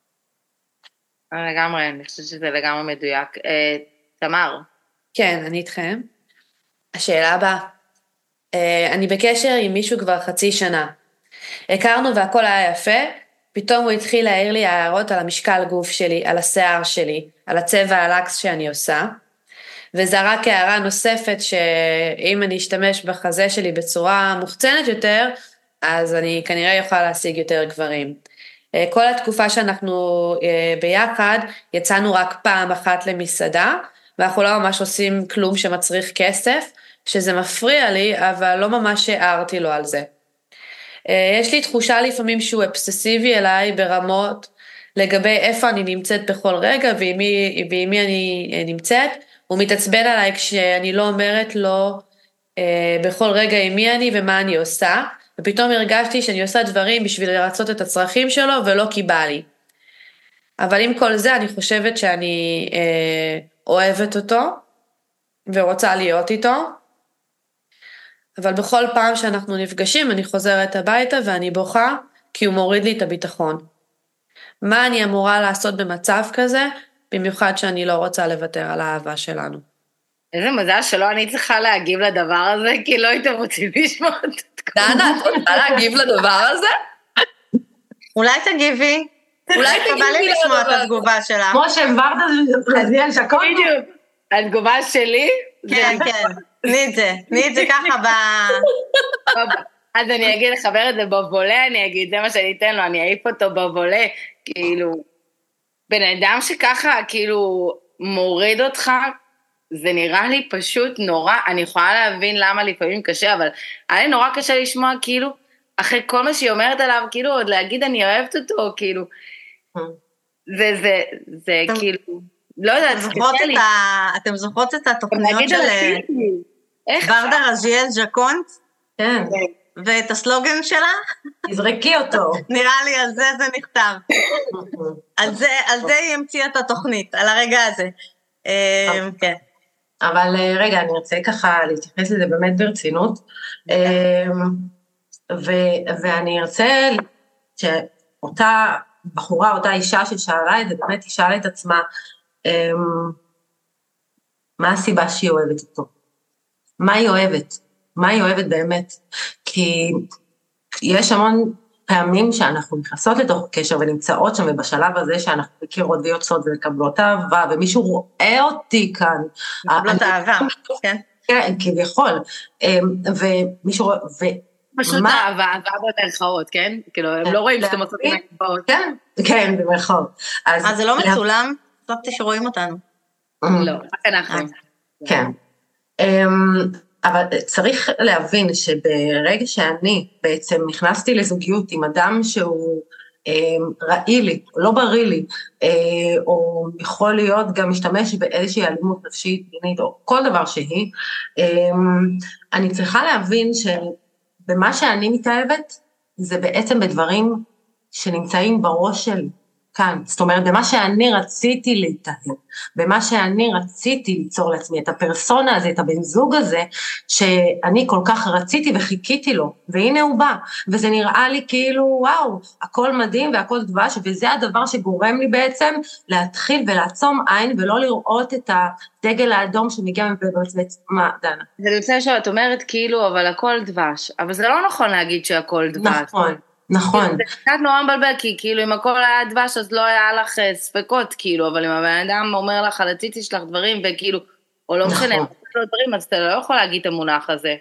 לגמרי, אני חושבת שזה לגמרי מדויק. תמר. כן, אני איתכם. השאלה הבאה. אני בקשר עם מישהו כבר חצי שנה. הכרנו והכל היה יפה, פתאום הוא התחיל להעיר לי הערות על המשקל גוף שלי, על השיער שלי, על הצבע הלקס שאני עושה, וזרק הערה נוספת שאם אני אשתמש בחזה שלי בצורה מוחצנת יותר, אז אני כנראה יוכל להשיג יותר גברים. כל התקופה שאנחנו ביחד, יצאנו רק פעם אחת למסעדה, ואנחנו לא ממש עושים כלום שמצריך כסף, שזה מפריע לי, אבל לא ממש הערתי לו על זה. יש לי תחושה לפעמים שהוא אבססיבי אליי ברמות, לגבי איפה אני נמצאת בכל רגע, ועם מי אני נמצאת, הוא מתעצבן עליי כשאני לא אומרת לו בכל רגע עם מי אני ומה אני עושה, ופתאום הרגשתי שאני עושה דברים בשביל לרצות את הצרכים שלו ולא קיבל לי. אבל עם כל זה אני חושבת שאני אוהבת אותו ורוצה להיות איתו, אבל בכל פעם שאנחנו נפגשים אני חוזרת הביתה ואני בוכה כי הוא מוריד לי את הביטחון. מה אני אמורה לעשות במצב כזה, במיוחד שאני לא רוצה לוותר על האהבה שלנו? איזה מזל שלא אני צריכה להגיב לדבר הזה, כי לא הייתם רוצים לשמוע את זה. דנה, את רוצה להגיב לדבר הזה? אולי תגיבי. אולי תגיבי לשמוע את התגובה שלה. כמו שהעברת לזיין שקון. בדיוק. התגובה שלי? כן, כן. תני את זה ככה ב... אז אני אגיד לחבר את זה בבולה, אני אגיד, זה מה שאני אתן לו, אני אעיף אותו בבולה, כאילו, בן אדם שככה, כאילו, מוריד אותך, זה נראה לי פשוט נורא, אני יכולה להבין למה לפעמים קשה, אבל היה לי נורא קשה לשמוע, כאילו, אחרי כל מה שהיא אומרת עליו, כאילו, עוד להגיד אני אוהבת אותו, כאילו, זה כאילו, לא יודעת, אתם זוכרות את התוכניות של ברדה רז'יאל ז'קונט? כן. ואת הסלוגן שלה? תזרקי אותו. נראה לי על זה נכתב. על זה היא המציאה את התוכנית, על הרגע הזה. כן. אבל רגע, אני רוצה ככה להתייחס לזה באמת ברצינות, ואני ארצה שאותה בחורה, אותה אישה ששאלה את זה, באמת היא שאלה את עצמה, מה הסיבה שהיא אוהבת אותו? מה היא אוהבת? מה היא אוהבת באמת? כי יש המון פעמים שאנחנו נכנסות לתוך קשר ונמצאות שם, ובשלב הזה שאנחנו מכירות ויוצאות ומקבלות אהבה, ומישהו רואה אותי כאן. מקבלות אהבה, כן. כן, כביכול. ומישהו רואה... פשוט אהבה במרכאות, כן? כאילו, הם לא רואים שאתם עושות במרכאות. כן, כן, במרכאות. אז זה לא מצולם? חשבתי שרואים אותנו. לא, רק אנחנו. כן. אבל צריך להבין שברגע שאני בעצם נכנסתי לזוגיות עם אדם שהוא רעי לי, לא בריא לי, או יכול להיות גם משתמש באיזושהי אלימות נפשית, מינית, או כל דבר שהיא, אני צריכה להבין שבמה שאני מתאהבת, זה בעצם בדברים שנמצאים בראש שלי. כאן, זאת אומרת, במה שאני רציתי להתאהב, במה שאני רציתי ליצור לעצמי, את הפרסונה הזה, את הבן זוג הזה, שאני כל כך רציתי וחיכיתי לו, והנה הוא בא, וזה נראה לי כאילו, וואו, הכל מדהים והכל דבש, וזה הדבר שגורם לי בעצם להתחיל ולעצום עין, ולא לראות את הדגל האדום שמגיע מבית, מה, דנה? זה נמצא שאת אומרת כאילו, אבל הכל דבש, אבל זה לא נכון להגיד שהכל דבש. נכון. נכון. זה קצת נורא מבלבל, כי כאילו אם הכל היה דבש, אז לא היה לך ספקות, כאילו, אבל אם הבן אדם אומר לך על הציצי שלך דברים, וכאילו, או לא משנה, דברים, אז אתה לא יכול להגיד את המונח הזה.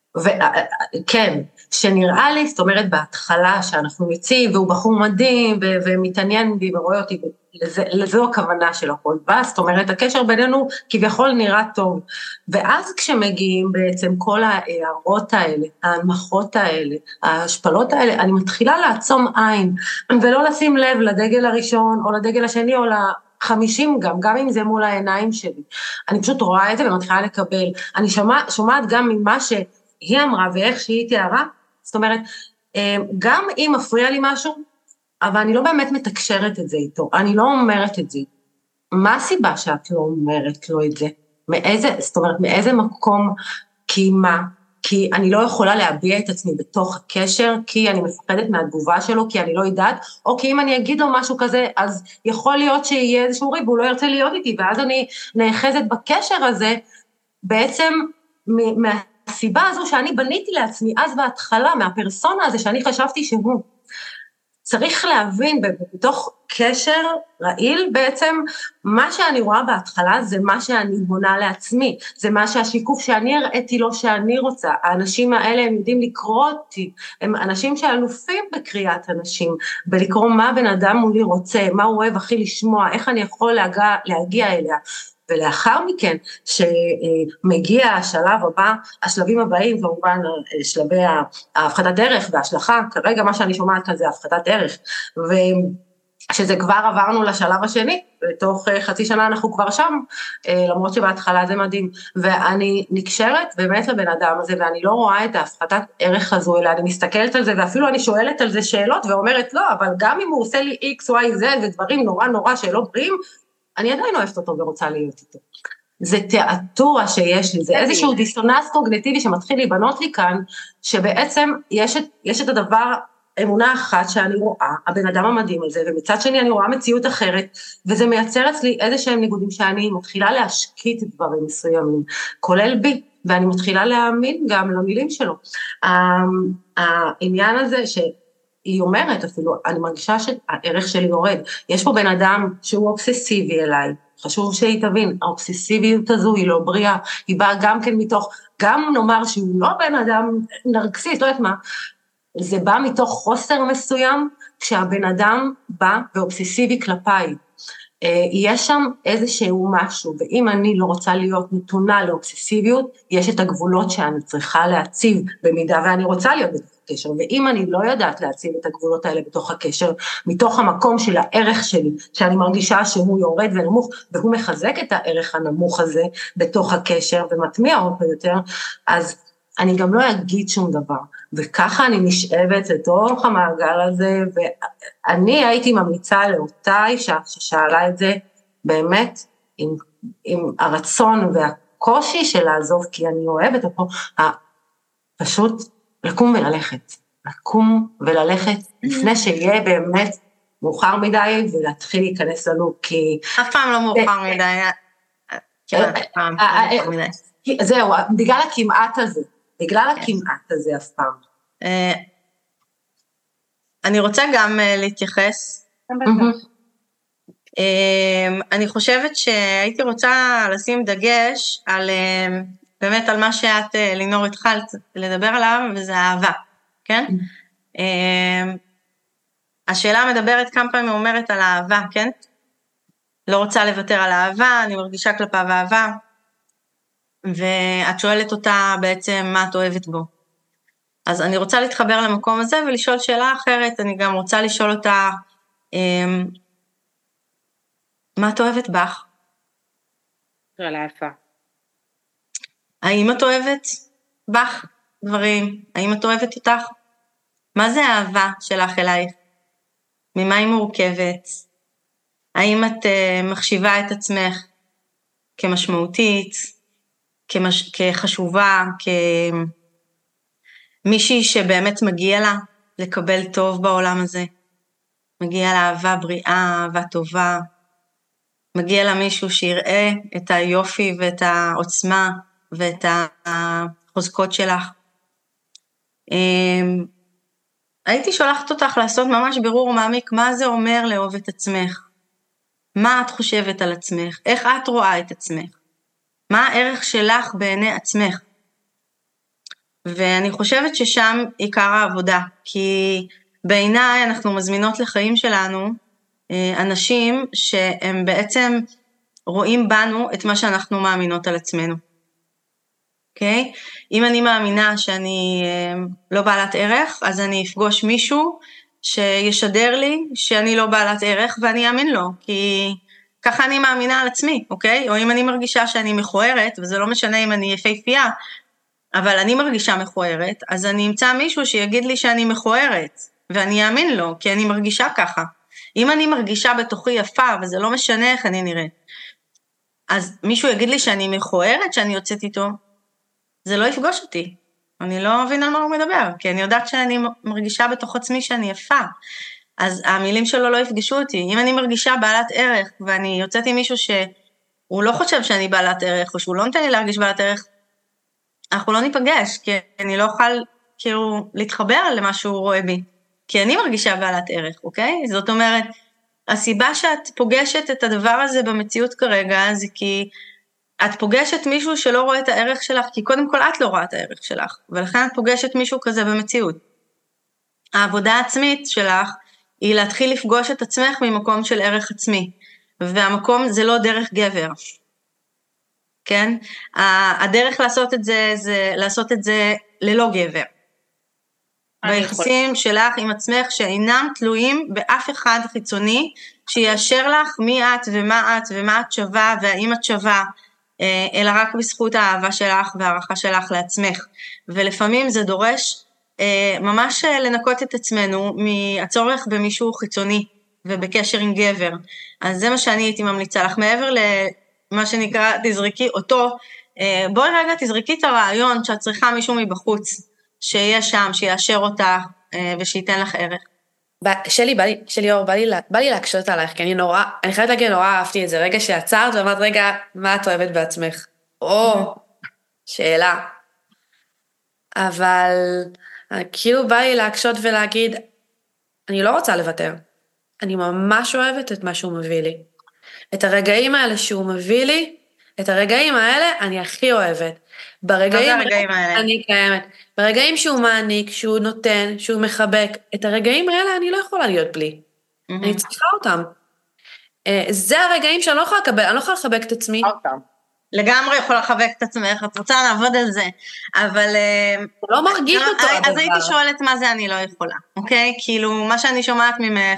כן, שנראה לי, זאת אומרת, בהתחלה שאנחנו יוצאים, והוא בחור מדהים, ומתעניין בי ורואה אותי, לזו הכוונה של הכל דבש, זאת אומרת, הקשר בינינו כביכול נראה טוב, ואז כשמגיעים בעצם כל ההערות האלה, ההנמכות האלה, ההשפלות האלה, אני מתחילה לעצום עין, ולא לשים לב לדגל הראשון, או לדגל השני, או 50 גם אם זה מול העיניים שלי, אני פשוט רואה את זה ומתחילה לקבל, אני שומעת גם ממה שהיא אמרה ואיך שהיא תיארה, זאת אומרת, גם אם מפריע לי משהו, אבל אני לא באמת מתקשרת את זה איתו, אני לא אומרת את זה. מה הסיבה שאת לא אומרת לו את זה? זאת אומרת, מאיזה מקום, כי מה? כי אני לא יכולה להביע את עצמי בתוך הקשר, כי אני מפחדת מהתגובה שלו, כי אני לא יודעת, או כי אם אני אגיד לו משהו כזה, אז יכול להיות שיהיה איזשהו ריב, והוא לא ירצה להיות איתי, ואז אני נאחזת בקשר הזה, בעצם מהסיבה הזו שאני בניתי לעצמי, אז בהתחלה, מהפרסונה הזה שאני חשבתי שהוא, צריך להבין בתוך קשר רעיל בעצם, מה שאני רואה בהתחלה זה מה שאני בונה לעצמי, זה מה שהשיקוף שאני הראיתי לו שאני רוצה, האנשים האלה הם יודעים לקרוא אותי, הם אנשים שאלופים בקריאת אנשים, בלקרוא מה בן אדם מולי רוצה, מה הוא אוהב הכי לשמוע, איך אני יכול להגיע אליה, ולאחר מכן, שמגיע השלב הבא, השלבים הבאים, כמובן שלבי ההפחתת דרך וההשלכה, כרגע מה שאני שומעת כאן זה הפחתת דרך, ושזה כבר עברנו לשלב השני, בתוך חצי שנה אנחנו כבר שם, למרות שבהתחלה זה מדהים, ואני נקשרת באמת לבן אדם הזה, ואני לא רואה את ההפחתת ערך הזו, אלא אני מסתכלת על זה, ואפילו אני שואלת על זה שאלות, ואומרת לא, אבל גם אם הוא עושה לי X, Y, Z, ודברים נורא שלא בריאים, אני עדיין אוהבת אותו ורוצה להיות איתו. זה תיאטורה שיש לי, זה איזשהו דיסוננס קוגניטיבי שמתחיל להיבנות לי כאן, שבעצם יש את הדבר, אמונה אחת שאני רואה, הבן אדם המדהים הזה, ומצד שני אני רואה מציאות אחרת, וזה מייצר אצלי איזשהם ניגודים שאני מתחילה להשקיט דברים מסוימים, כולל בי, ואני מתחילה להאמין גם למילים שלו. העניין הזה היא אומרת אפילו, אני מרגישה שהערך שלי יורד, יש פה בן אדם שהוא אובססיבי אליי, חשוב שהיא תבין, האובססיביות הזו היא לא בריאה, היא באה גם כן מתוך, גם נאמר שהוא לא בן אדם נרקסיסט, לא יודעת מה, זה בא מתוך חוסר מסוים, כשהבן אדם בא ואובססיבי כלפיי, יש שם איזשהו משהו, ואם אני לא רוצה להיות נתונה לאובססיביות, יש את הגבולות שאני צריכה להציב, במידה ואני רוצה להיות בתוך הקשר, ואם אני לא יודעת להציב את הגבולות האלה בתוך הקשר, מתוך המקום של הערך שלי, שאני מרגישה שהוא יורד ונמוך, והוא מחזק את הערך הנמוך הזה בתוך הקשר, ומטמיע אותו יותר, אז אני גם לא אגיד שום דבר, וככה אני נשאבת לתוך המעגל הזה, ואני הייתי ממליצה לאותה אישה ששאלה את זה, באמת עם הרצון והקושי של לעזוב, כי אני אוהבת אותו, פשוט לקום וללכת, לפני שיהיה באמת מאוחר מדי, ולהתחיל להיכנס לנו, כי... אף פעם לא מאוחר מדי. זהו, בגלל הכמעט הזה אף פעם. אני רוצה גם להתייחס. אני חושבת שהייתי רוצה לשים דגש על, באמת על מה שאת, לינור, התחלת לדבר עליו, וזה אהבה, כן? השאלה מדברת כמה פעמים אומרת על אהבה, כן? לא רוצה לוותר על אהבה, אני מרגישה כלפיו אהבה, ואת שואלת אותה בעצם מה את אוהבת בו. אז אני רוצה להתחבר למקום הזה ולשאול שאלה אחרת, אני גם רוצה לשאול אותה, מה את אוהבת בך? שאלה יפה. האם את אוהבת בך דברים? האם את אוהבת אותך? מה זה האהבה שלך אלייך? ממה היא מורכבת? האם את מחשיבה את עצמך כמשמעותית, כחשובה, כמישהי שבאמת מגיע לה לקבל טוב בעולם הזה? מגיע לה אהבה בריאה, אהבה טובה, מגיע לה מישהו שיראה את היופי ואת העוצמה ואת החוזקות שלך. הייתי שולחת אותך לעשות ממש בירור מעמיק, מה זה אומר לאהוב את עצמך? מה את חושבת על עצמך? איך את רואה את עצמך? מה הערך שלך בעיני עצמך? ואני חושבת ששם עיקר העבודה, כי בעיניי אנחנו מזמינות לחיים שלנו אנשים שהם בעצם רואים בנו את מה שאנחנו מאמינות על עצמנו. אוקיי? אם אני מאמינה שאני לא בעלת ערך, אז אני אפגוש מישהו שישדר לי שאני לא בעלת ערך, ואני אאמין לו, כי ככה אני מאמינה על עצמי, אוקיי? או אם אני מרגישה שאני מכוערת, וזה לא משנה אם אני יפהפייה, אבל אני מרגישה מכוערת, אז אני אמצא מישהו שיגיד לי שאני מכוערת, ואני אאמין לו, כי אני מרגישה ככה. אם אני מרגישה בתוכי יפה, וזה לא משנה איך אני נראית, אז מישהו יגיד לי שאני מכוערת, שאני יוצאת איתו, זה לא יפגוש אותי. אני לא מבין על מה הוא מדבר, כי אני יודעת שאני מרגישה בתוך עצמי שאני יפה. אז המילים שלו לא יפגשו אותי. אם אני מרגישה בעלת ערך, ואני יוצאת עם מישהו שהוא לא חושב שאני בעלת ערך, או שהוא לא נותן לי להרגיש בעלת ערך, אנחנו לא ניפגש, כי אני לא אוכל כאילו להתחבר למה שהוא רואה בי, כי אני מרגישה בעלת ערך, אוקיי? זאת אומרת, הסיבה שאת פוגשת את הדבר הזה במציאות כרגע, זה כי את פוגשת מישהו שלא רואה את הערך שלך, כי קודם כל את לא רואה את הערך שלך, ולכן את פוגשת מישהו כזה במציאות. העבודה העצמית שלך היא להתחיל לפגוש את עצמך ממקום של ערך עצמי, והמקום זה לא דרך גבר. כן? הדרך לעשות את זה, זה לעשות את זה ללא גבר. ביחסים שלך עם עצמך שאינם תלויים באף אחד חיצוני, שיאשר לך מי את ומה את ומה את שווה והאם את שווה, אלא רק בזכות האהבה שלך והערכה שלך לעצמך. ולפעמים זה דורש ממש לנקות את עצמנו מהצורך במישהו חיצוני ובקשר עם גבר. אז זה מה שאני הייתי ממליצה לך, מעבר למה שנקרא תזרקי אותו, בואי רגע תזרקי את הרעיון שאת צריכה מישהו מבחוץ, שיהיה שם, שיאשר אותך ושייתן לך ערך. שלי אור, בא לי להקשות עלייך, כי אני חייבת להגיד, נורא אהבתי את זה, רגע שעצרת ואמרת, רגע, מה את אוהבת בעצמך? שאלה. אבל כאילו בא לי להקשות ולהגיד, אני לא רוצה לוותר. אני ממש אוהבת את מה שהוא מביא לי. את הרגעים האלה שהוא מביא לי, את הרגעים האלה אני הכי אוהבת. ברגעים האלה אני קיימת. ברגעים שהוא מעניק, שהוא נותן, שהוא מחבק, את הרגעים האלה אני לא יכולה להיות בלי. אני צריכה אותם. זה הרגעים שאני לא יכולה לקבל, אני לא יכולה לחבק את עצמי. לגמרי יכולה לחבק את עצמך, את רוצה לעבוד על זה, אבל... לא מרגיש אותו הדבר. אז הייתי שואלת מה זה אני לא יכולה, אוקיי? כאילו, מה שאני שומעת ממך,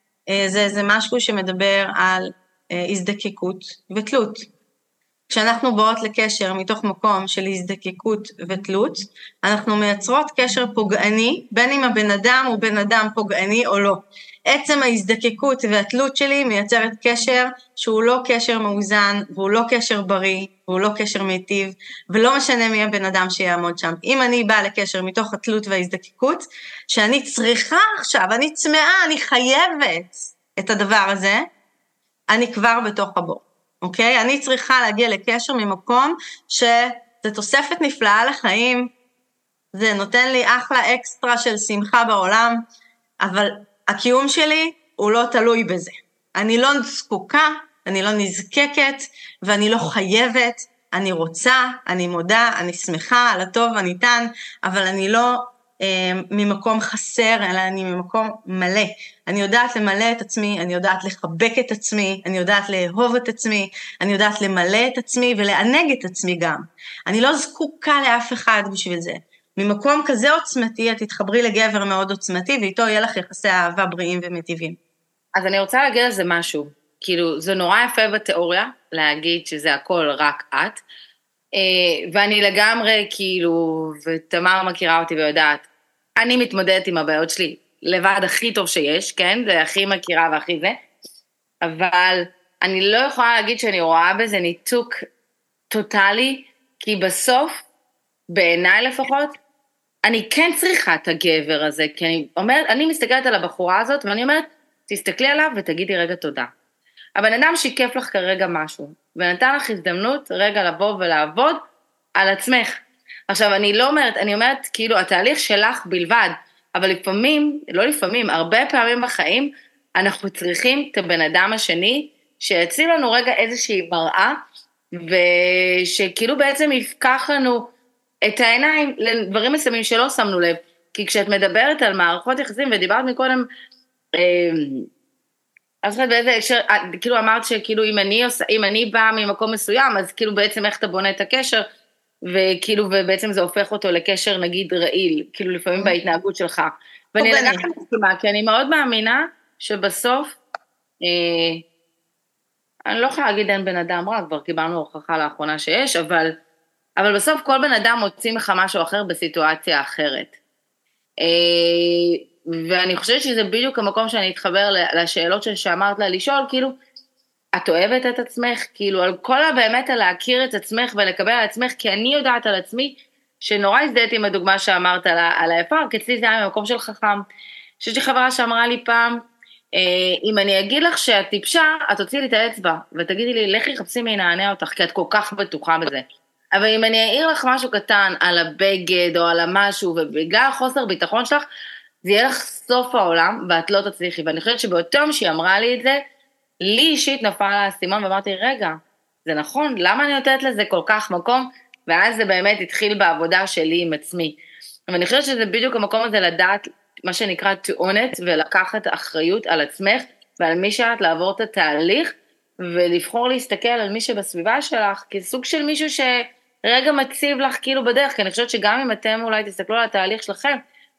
זה משהו שמדבר על הזדקקות ותלות. כשאנחנו באות לקשר מתוך מקום של הזדקקות ותלות, אנחנו מייצרות קשר פוגעני, בין אם הבן אדם הוא בן אדם פוגעני או לא. עצם ההזדקקות והתלות שלי מייצרת קשר שהוא לא קשר מאוזן, והוא לא קשר בריא, והוא לא קשר מיטיב, ולא משנה מי הבן אדם שיעמוד שם. אם אני באה לקשר מתוך התלות וההזדקקות, שאני צריכה עכשיו, אני צמאה, אני חייבת את הדבר הזה, אני כבר בתוך הבור. אוקיי? אני צריכה להגיע לקשר ממקום שזה תוספת נפלאה לחיים, זה נותן לי אחלה אקסטרה של שמחה בעולם, אבל הקיום שלי הוא לא תלוי בזה. אני לא זקוקה, אני לא נזקקת, ואני לא חייבת, אני רוצה, אני מודה, אני שמחה על הטוב הניתן, אבל אני לא ממקום חסר, אלא אני ממקום מלא. אני יודעת למלא את עצמי, אני יודעת לחבק את עצמי, אני יודעת לאהוב את עצמי, אני יודעת למלא את עצמי ולענג את עצמי גם. אני לא זקוקה לאף אחד בשביל זה. ממקום כזה עוצמתי, את תתחברי לגבר מאוד עוצמתי, ואיתו יהיה לך יחסי אהבה בריאים ומטיבים. אז אני רוצה להגיד על זה משהו. כאילו, זה נורא יפה בתיאוריה, להגיד שזה הכל רק את, ואני לגמרי, כאילו, ותמר מכירה אותי ויודעת, אני מתמודדת עם הבעיות שלי לבד הכי טוב שיש, כן? זה הכי מכירה והכי זה, אבל אני לא יכולה להגיד שאני רואה בזה ניתוק טוטלי, כי בסוף, בעיניי לפחות, אני כן צריכה את הגבר הזה, כי אני מסתכלת על הבחורה הזאת, ואני אומרת, תסתכלי עליו ותגידי רגע תודה. הבן אדם שיקף לך כרגע משהו, ונתן לך הזדמנות רגע לבוא ולעבוד על עצמך. עכשיו, אני לא אומרת, אני אומרת, כאילו, התהליך שלך בלבד, אבל לפעמים, לא לפעמים, הרבה פעמים בחיים, אנחנו צריכים את הבן אדם השני, שיציב לנו רגע איזושהי מראה, ושכאילו בעצם יפקח לנו את העיניים לדברים מסוימים שלא שמנו לב, כי כשאת מדברת על מערכות יחסים, ודיברת מקודם, אז באיזה הקשר, כאילו אמרת שכאילו אם אני באה ממקום מסוים, אז כאילו בעצם איך אתה בונה את הקשר, וכאילו ובעצם זה הופך אותו לקשר נגיד רעיל, כאילו לפעמים בהתנהגות שלך. ואני לגמרי מסכימה, כי אני מאוד מאמינה שבסוף, אני לא יכולה להגיד אין בן אדם רע, כבר קיבלנו הוכחה לאחרונה שיש, אבל בסוף כל בן אדם מוציא לך משהו אחר בסיטואציה אחרת. ואני חושבת שזה בדיוק המקום שאני אתחבר לשאלות שאמרת לה לשאול, כאילו, את אוהבת את עצמך, כאילו, על כל באמת על להכיר את עצמך ולקבל על עצמך, כי אני יודעת על עצמי, שנורא הזדהיתי עם הדוגמה שאמרת על היפה, כי אצלי זה היה ממקום של חכם. שיש לי חברה שאמרה לי פעם, אם אני אגיד לך שאת טיפשה, את תוציאי לי את האצבע, ותגידי לי, לכי חפשי מי נענה אותך, כי את כל כך בטוחה בזה. אבל אם אני אעיר לך משהו קטן על הבגד או על המשהו, ובגלל חוסר ביטחון שלך, זה יהיה לך סוף העולם, ואת לא תצליחי. ואני חושבת שבאותו יום שהיא אמרה לי את זה, לי אישית נפל לה הסימן, ואמרתי, רגע, זה נכון, למה אני נותנת לזה כל כך מקום? ואז זה באמת התחיל בעבודה שלי עם עצמי. ואני חושבת שזה בדיוק המקום הזה לדעת, מה שנקרא to own it, ולקחת אחריות על עצמך, ועל מי שאת לעבור את התהליך, ולבחור להסתכל על מי שבסביבה שלך, כסוג של מישהו שרגע מציב לך כאילו בדרך, כי אני חושבת שגם אם אתם אולי תסתכלו על התהליך שלכם,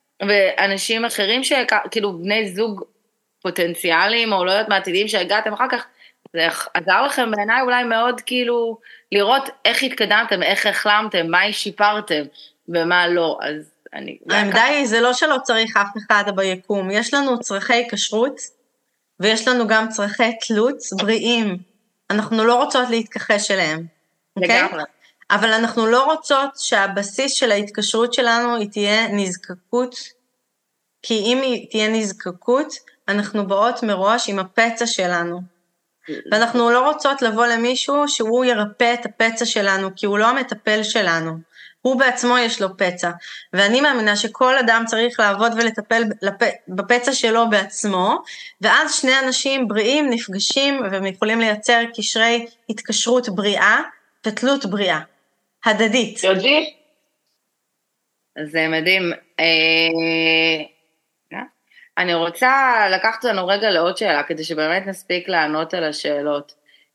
ואנשים אחרים שכאילו בני זוג פוטנציאליים, או לא יודעת מעתידים שהגעתם אחר כך, זה עזר לכם בעיניי אולי מאוד כאילו לראות איך התקדמתם, איך החלמתם, מה שיפרתם ומה לא. אז אני... העמדה היא, זה לא שלא צריך אף אחד ביקום, יש לנו צרכי כשרות, ויש לנו גם צרכי תלות בריאים, אנחנו לא רוצות להתכחש אליהם, אוקיי? אבל אנחנו לא רוצות שהבסיס של ההתקשרות שלנו היא תהיה נזקקות, כי אם היא תהיה נזקקות, אנחנו באות מראש עם הפצע שלנו, ואנחנו לא רוצות לבוא למישהו שהוא ירפא את הפצע שלנו, כי הוא לא המטפל שלנו, הוא בעצמו יש לו פצע, ואני מאמינה שכל אדם צריך לעבוד ולטפל בפצע שלו בעצמו, ואז שני אנשים בריאים נפגשים, והם יכולים לייצר קשרי התקשרות בריאה, ותלות בריאה, הדדית. זה מדהים. אני רוצה לקחת לנו רגע לעוד שאלה, כדי שבאמת נספיק לענות על השאלות.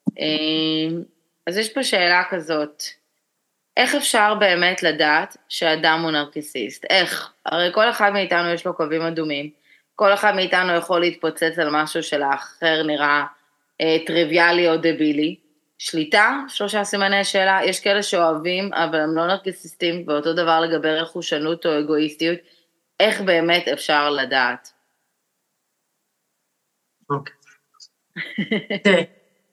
אז יש פה שאלה כזאת, איך אפשר באמת לדעת שאדם הוא נרקיסיסט? איך? הרי כל אחד מאיתנו יש לו קווים אדומים, כל אחד מאיתנו יכול להתפוצץ על משהו שלאחר נראה טריוויאלי או דבילי. שליטה, 3 סימני שאלה, יש כאלה שאוהבים, אבל הם לא נרקיסיסטים, ואותו דבר לגבי רכושנות או אגואיסטיות, איך באמת אפשר לדעת? אוקיי. תראי,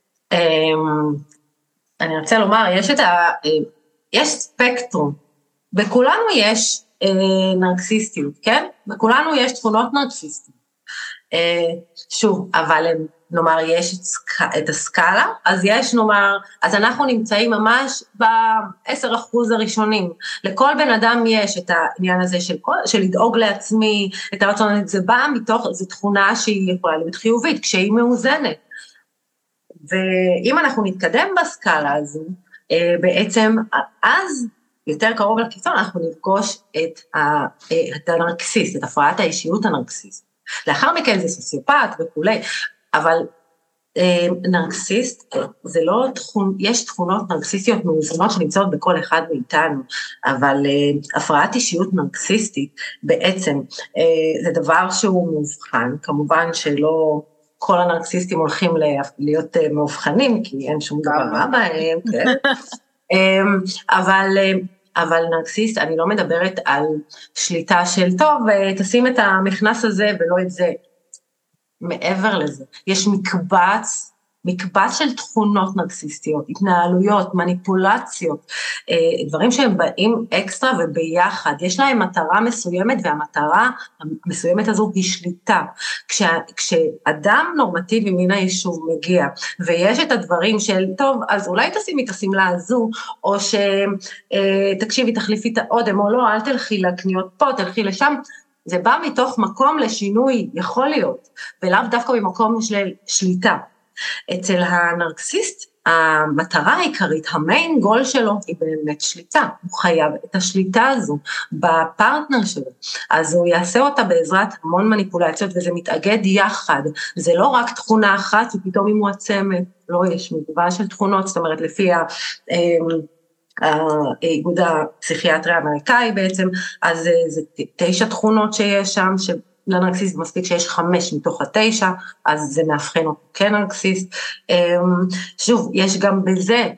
אני רוצה לומר, יש ספקטרום, בכולנו יש נרקסיסטיות, כן? בכולנו יש תכונות נרקסיסטיות. שוב, אבל נאמר, יש את הסקאלה, אז יש נאמר, אז אנחנו נמצאים ממש ב10% הראשונים. לכל בן אדם יש את העניין הזה של לדאוג לעצמי, את הרצון, זה בא מתוך, זו תכונה שהיא יכולה להיות חיובית, כשהיא מאוזנת. ואם אנחנו נתקדם בסקאלה הזו, בעצם אז יותר קרוב לקיצון, אנחנו נפגוש את הנרקסיסט, את הפרעת האישיות הנרקסיסט. לאחר מכן זה סוציופט וכולי, אבל נרקסיסט זה לא יש תכונות נרקסיסטיות מאוזנות שנמצאות בכל אחד מאיתנו, אבל הפרעת אישיות נרקסיסטית בעצם זה דבר שהוא מאובחן, כמובן שלא כל הנרקסיסטים הולכים להיות מאובחנים, כי אין שום דבר רע בהם, כן? אבל נרקסיסט, אני לא מדברת על שליטה של טוב, תשים את המכנס הזה ולא את זה. מעבר לזה, יש מקבץ של תכונות נרקסיסטיות, התנהלויות, מניפולציות, דברים שהם באים אקסטרה וביחד, יש להם מטרה מסוימת, והמטרה המסוימת הזו היא שליטה. כשאדם נורמטיבי מן היישוב מגיע, ויש את הדברים של, טוב, אז אולי תשימי את השמלה הזו, או שתקשיבי, תחליפי את האודם, או לא, אל תלכי לקניות פה, תלכי לשם, זה בא מתוך מקום לשינוי, יכול להיות, ולאו דווקא במקום של שליטה. אצל הנרקסיסט, המטרה העיקרית, המיין גול שלו, היא באמת שליטה. הוא חייב את השליטה הזו בפרטנר שלו. אז הוא יעשה אותה בעזרת המון מניפולציות, וזה מתאגד יחד. זה לא רק תכונה אחת, ופתאום היא מועצמת. לא, יש מגוון של תכונות, זאת אומרת, לפי האיגוד הפסיכיאטרי האמריקאי בעצם, אז זה 9 תכונות שיש שם, לנרקסיסט מספיק שיש 5 מתוך 9, אז זה מאבחן אותו כנרקסיסט. שוב, יש גם בזה,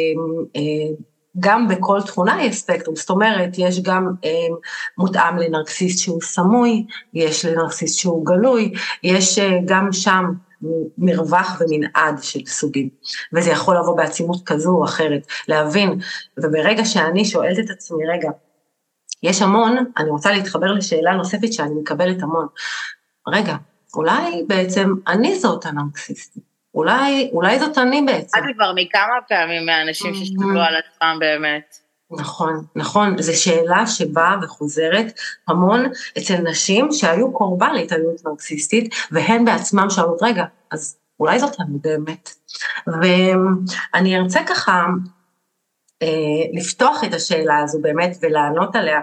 גם בכל תכונה יש ספקטרום, זאת אומרת, יש גם מותאם לנרקסיסט שהוא סמוי, יש לנרקסיסט שהוא גלוי, יש גם שם מרווח ומנעד של סוגים, וזה יכול לבוא בעצימות כזו או אחרת, להבין, וברגע שאני שואלת את עצמי, רגע, יש המון, אני רוצה להתחבר לשאלה נוספת שאני מקבלת המון, רגע, אולי בעצם אני זאת הנרקסיסטית, אולי זאת אני בעצם. אני כבר מכמה פעמים מהאנשים ששתלו על עצמם באמת. נכון, זו שאלה שבאה וחוזרת המון אצל נשים שהיו קורבן להתעללות נרקסיסטית, והן בעצמם שאלות, רגע, אז אולי זאת אני באמת. ואני ארצה ככה לפתוח את השאלה הזו באמת ולענות עליה.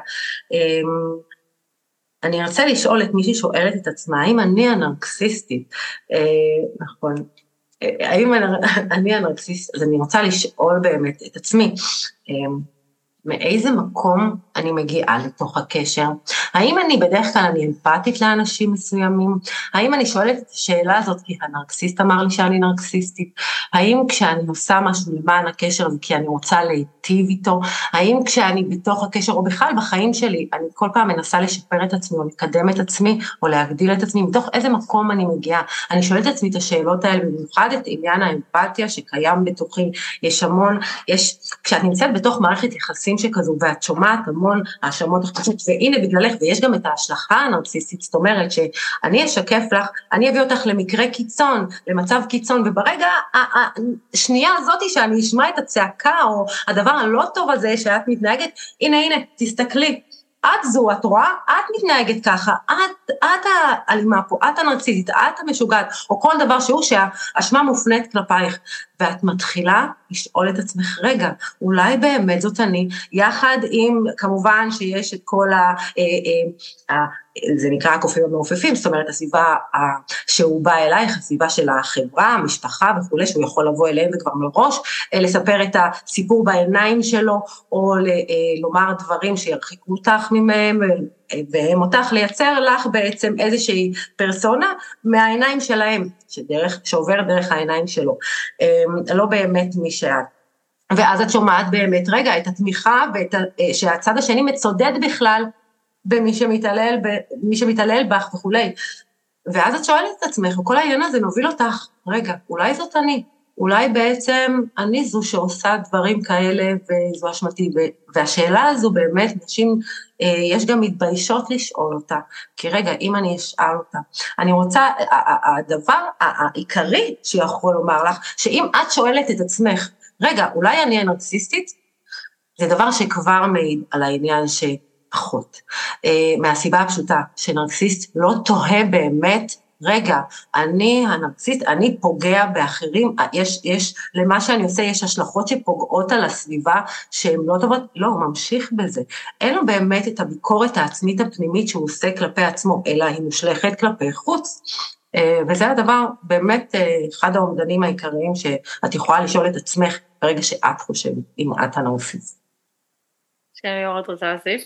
אני ארצה לשאול את מי ששואלת את עצמה, האם אני הנרקסיסטית? נכון. האם אני הנרקסיסט? אז אני רוצה לשאול באמת את עצמי, מאיזה מקום אני מגיעה לתוך הקשר? האם אני בדרך כלל אני אמפתית לאנשים מסוימים? האם אני שואלת את השאלה הזאת כי הנרקסיסט אמר לי שאני נרקסיסטית? האם כשאני עושה משהו למען הקשר הזה כי אני רוצה להיטיב איתו? האם כשאני בתוך הקשר או בכלל בחיים שלי, אני כל פעם מנסה לשפר את עצמי או לקדם את עצמי או להגדיל את עצמי? מתוך איזה מקום אני מגיעה? אני שואלת את עצמי את השאלות האלה, במיוחד את עניין האמפתיה שקיים בתוכי. יש המון, כשאת נמצאת בתוך מערכת יחסים שכזו, ואת שומעת המון האשמות החדשות, והנה בגללך, ויש גם את ההשלכה הנרקסיסטית, זאת אומרת שאני אשקף לך, אני אביא אותך למקרה קיצון, למצב קיצון, וברגע השנייה הזאת שאני אשמע את הצעקה, או הדבר הלא טוב הזה שאת מתנהגת, הנה, תסתכלי, את זו, את רואה, את מתנהגת ככה, את האלימה פה, את הנרקסיסטית, את המשוגעת, או כל דבר שהוא שהאשמה מופנית כלפייך, ואת מתחילה לשאול את עצמך, רגע, אולי באמת זאת אני, יחד עם, כמובן שיש את כל זה נקרא הקופים המעופפים, זאת אומרת, הסביבה שהוא בא אלייך, הסביבה של החברה, המשפחה וכו', שהוא יכול לבוא אליהם וכבר מראש, לספר את הסיפור בעיניים שלו, או לומר דברים שירחיקו אותך ממהם, והם אותך לייצר לך בעצם איזושהי פרסונה מהעיניים שלהם, שעובר דרך העיניים שלו, לא באמת מי שאת. ואז את שומעת באמת, רגע, את התמיכה, שהצד השני מצודד בכלל, במי שמתעלל בך וכולי. ואז את שואלת את עצמך, וכל העניין הזה מוביל אותך, רגע, אולי זאת אני, אולי בעצם אני זו שעושה דברים כאלה, וזו אשמתי, והשאלה הזו באמת, נשים, יש גם מתביישות לשאול אותה, כי רגע, אם אני אשאל אותה, אני רוצה, הדבר העיקרי שיכול לומר לך, שאם את שואלת את עצמך, רגע, אולי אני הנרקסיסטית? זה דבר שכבר מעיד על העניין פחות. מהסיבה הפשוטה, שנרקסיסט לא תוהה באמת, רגע, אני הנרקסיסט, אני פוגע באחרים, יש, למה שאני עושה, יש השלכות שפוגעות על הסביבה, שהן לא טובות, לא, הוא ממשיך בזה. אין לו באמת את הביקורת העצמית הפנימית, שהוא עושה כלפי עצמו, אלא היא מושלכת כלפי חוץ. וזה הדבר, באמת, אחד העומדנים העיקריים, שאת יכולה לשאול את עצמך, ברגע שאת חושבת, אם את הנרקסיסט. שרי אור, את רוצה להוסיף?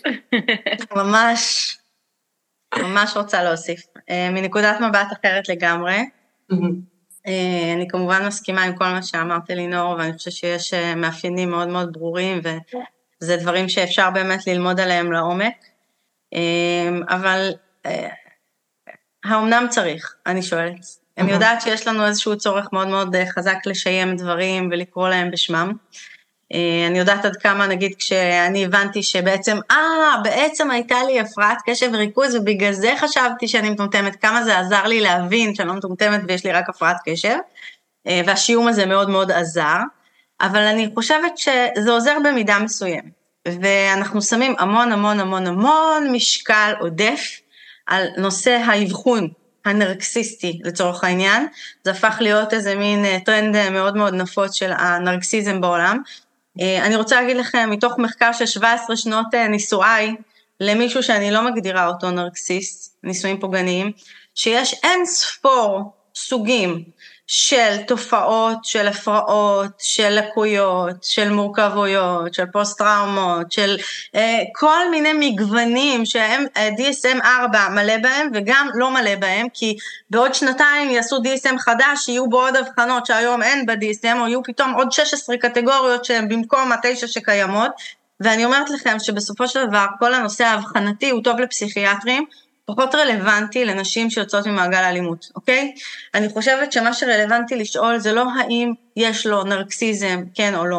ממש רוצה להוסיף. מנקודת מבט אחרת לגמרי, אני כמובן מסכימה עם כל מה שאמרת לינור, ואני חושבת שיש מאפיינים מאוד מאוד ברורים, וזה דברים שאפשר באמת ללמוד עליהם לעומק, אבל האומנם צריך, אני שואלת. אני יודעת שיש לנו איזשהו צורך מאוד מאוד חזק לשיים דברים ולקרוא להם בשמם, אני יודעת עד כמה, נגיד, כשאני הבנתי שבעצם, בעצם הייתה לי הפרעת קשב וריכוז, ובגלל זה חשבתי שאני מטומטמת, כמה זה עזר לי להבין שאני לא מטומטמת ויש לי רק הפרעת קשב, והשיום הזה מאוד מאוד עזר, אבל אני חושבת שזה עוזר במידה מסוימת, ואנחנו שמים המון המון המון המון משקל עודף, על נושא האבחון הנרקסיסטי לצורך העניין, זה הפך להיות איזה מין טרנד מאוד מאוד נפוץ של הנרקסיזם בעולם, אני רוצה להגיד לכם, מתוך מחקר של 17 שנות נישואי, למישהו שאני לא מגדירה אותו נרקסיסט, נישואים פוגעניים, שיש אין ספור סוגים של תופעות, של הפרעות, של לקויות, של מורכבויות, של פוסט-טראומות, של כל מיני מגוונים שהם DSM-4 מלא בהם וגם לא מלא בהם, כי בעוד שנתיים יעשו DSM חדש, יהיו בו עוד הבחנות שהיום אין ב-DSM, או יהיו פתאום עוד 16 קטגוריות שהן במקום 9 שקיימות, ואני אומרת לכם שבסופו של דבר כל הנושא ההבחנתי הוא טוב לפסיכיאטרים, פחות רלוונטי לנשים שיוצאות ממעגל האלימות, אוקיי? אני חושבת שמה שרלוונטי לשאול זה לא האם יש לו נרקסיזם, כן או לא.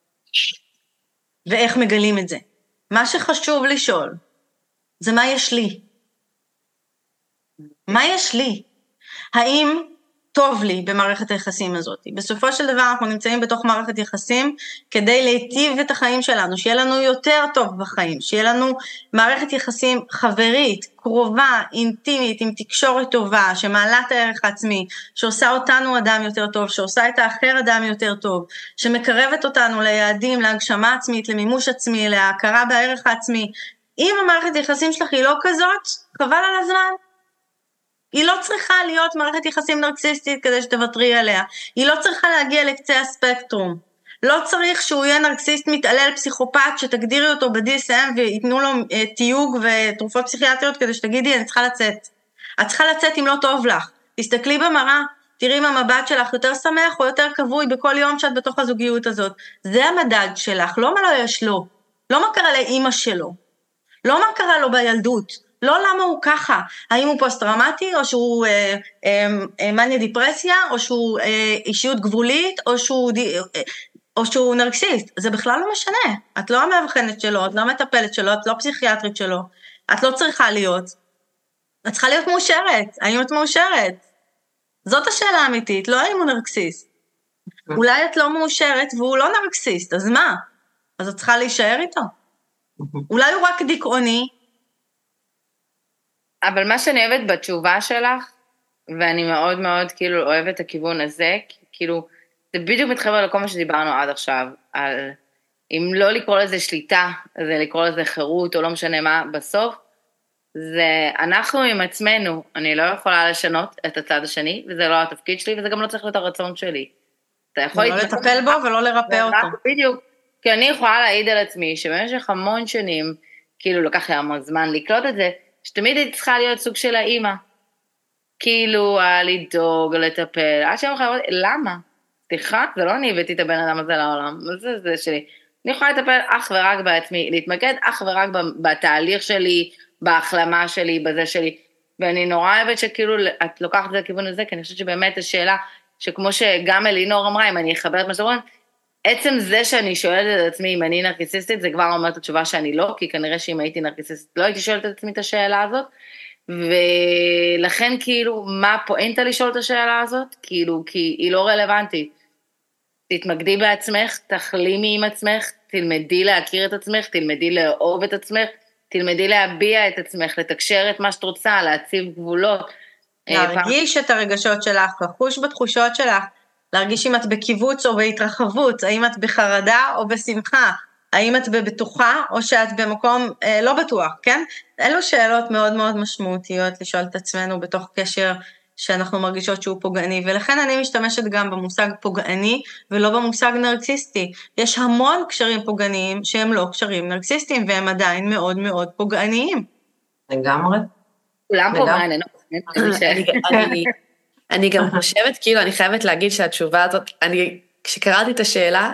ואיך מגלים את זה. מה שחשוב לשאול, זה מה יש לי. מה יש לי? האם טוב לי במערכת היחסים הזאת? בסופו של דבר אנחנו נמצאים בתוך מערכת יחסים כדי להיטיב את החיים שלנו, שיהיה לנו יותר טוב בחיים, שיהיה לנו מערכת יחסים חברית, קרובה, אינטימית, עם תקשורת טובה, שמעלה את הערך העצמי, שעושה אותנו אדם יותר טוב, שעושה את האחר אדם יותר טוב, שמקרבת אותנו ליעדים, להגשמה עצמית, למימוש עצמי, להכרה בערך העצמי. אם המערכת יחסים שלך היא לא כזאת, חבל על הזמן. היא לא צריכה להיות מערכת יחסים נרקסיסטית כדי שתוותרי עליה. היא לא צריכה להגיע לקצה הספקטרום. לא צריך שהוא יהיה נרקסיסט מתעלל פסיכופת שתגדירי אותו ב-DSM ויתנו לו תיוג ותרופות פסיכיאטריות כדי שתגידי אני צריכה לצאת. את צריכה לצאת אם לא טוב לך. תסתכלי במראה, תראי אם המבט שלך יותר שמח או יותר קבוי בכל יום שאת בתוך הזוגיות הזאת. זה המדד שלך, לא מה לא יש לו. לא מה קרה לאמא שלו. לא מה קרה לו בילדות. לא למה הוא ככה, האם הוא פוסט-טראומטי, או שהוא מניה דיפרסיה, או שהוא אישיות גבולית, או שהוא נרקסיסט, זה בכלל לא משנה, את לא המאבחנת שלו, את לא המטפלת שלו, את לא פסיכיאטרית שלו, את לא צריכה להיות, את צריכה להיות מאושרת, האם את מאושרת? זאת השאלה האמיתית, לא האם הוא נרקסיסט, אולי את לא מאושרת והוא לא נרקסיסט, אז מה? אז את צריכה להישאר איתו, אולי הוא רק דיכאוני, אבל מה שאני אוהבת בתשובה שלך, ואני מאוד מאוד כאילו אוהבת את הכיוון הזה, כאילו זה בדיוק מתחבר לכל מה שדיברנו עד עכשיו, על אם לא לקרוא לזה שליטה, זה לקרוא לזה חירות או לא משנה מה, בסוף זה אנחנו עם עצמנו, אני לא יכולה לשנות את הצד השני, וזה לא התפקיד שלי, וזה גם לא צריך להיות הרצון שלי. אתה יכול לא לטפל בו ולא לרפא אותו. בדיוק, כי אני יכולה להעיד על עצמי, שבמשך המון שנים, כאילו לקח לי המון זמן לקלוט את זה, שתמיד הייתי צריכה להיות סוג של האימא. כאילו, לדאוג, לטפל, עד שאני יכולה, למה? סליחה, זה לא אני הבאתי את הבן אדם הזה לעולם, זה שלי. אני יכולה לטפל אך ורק בעצמי, להתמקד אך ורק בתהליך שלי, בהחלמה שלי, בזה שלי, ואני נורא אוהבת שכאילו, את לוקחת את זה לכיוון הזה, כי אני חושבת שבאמת השאלה, שכמו שגם אלינור אמרה, אם אני אחבר את מה שאומרים, עצם זה שאני שואלת את עצמי אם אני נרקיסיסטית, זה כבר אומרת התשובה שאני לא, כי כנראה שאם הייתי נרקיסיסטית, לא הייתי שואלת את עצמי את השאלה הזאת, ולכן כאילו, מה הפואנטה לשאול את השאלה הזאת? כאילו, כי היא לא רלוונטית. תתמקדי בעצמך, תחלימי עם עצמך, תלמדי להכיר את עצמך, תלמדי לאהוב את עצמך, תלמדי להביע את עצמך, לתקשר את מה שאת רוצה, להציב גבולות. להרגיש את הרגשות שלך, לחוש בתחושות שלך, להרגיש אם את בקיבוץ או בהתרחבות, האם את בחרדה או בשמחה, האם את בבטוחה או שאת במקום לא בטוח, כן? אלו שאלות מאוד מאוד משמעותיות לשאול את עצמנו בתוך קשר שאנחנו מרגישות שהוא פוגעני, ולכן אני משתמשת גם במושג פוגעני ולא במושג נרקסיסטי. יש המון קשרים פוגעניים שהם לא קשרים נרקסיסטיים, והם עדיין מאוד מאוד פוגעניים. לגמרי. כולם פוגעניים. אני גם חושבת, כאילו, אני חייבת להגיד שהתשובה הזאת, כשקראתי את השאלה,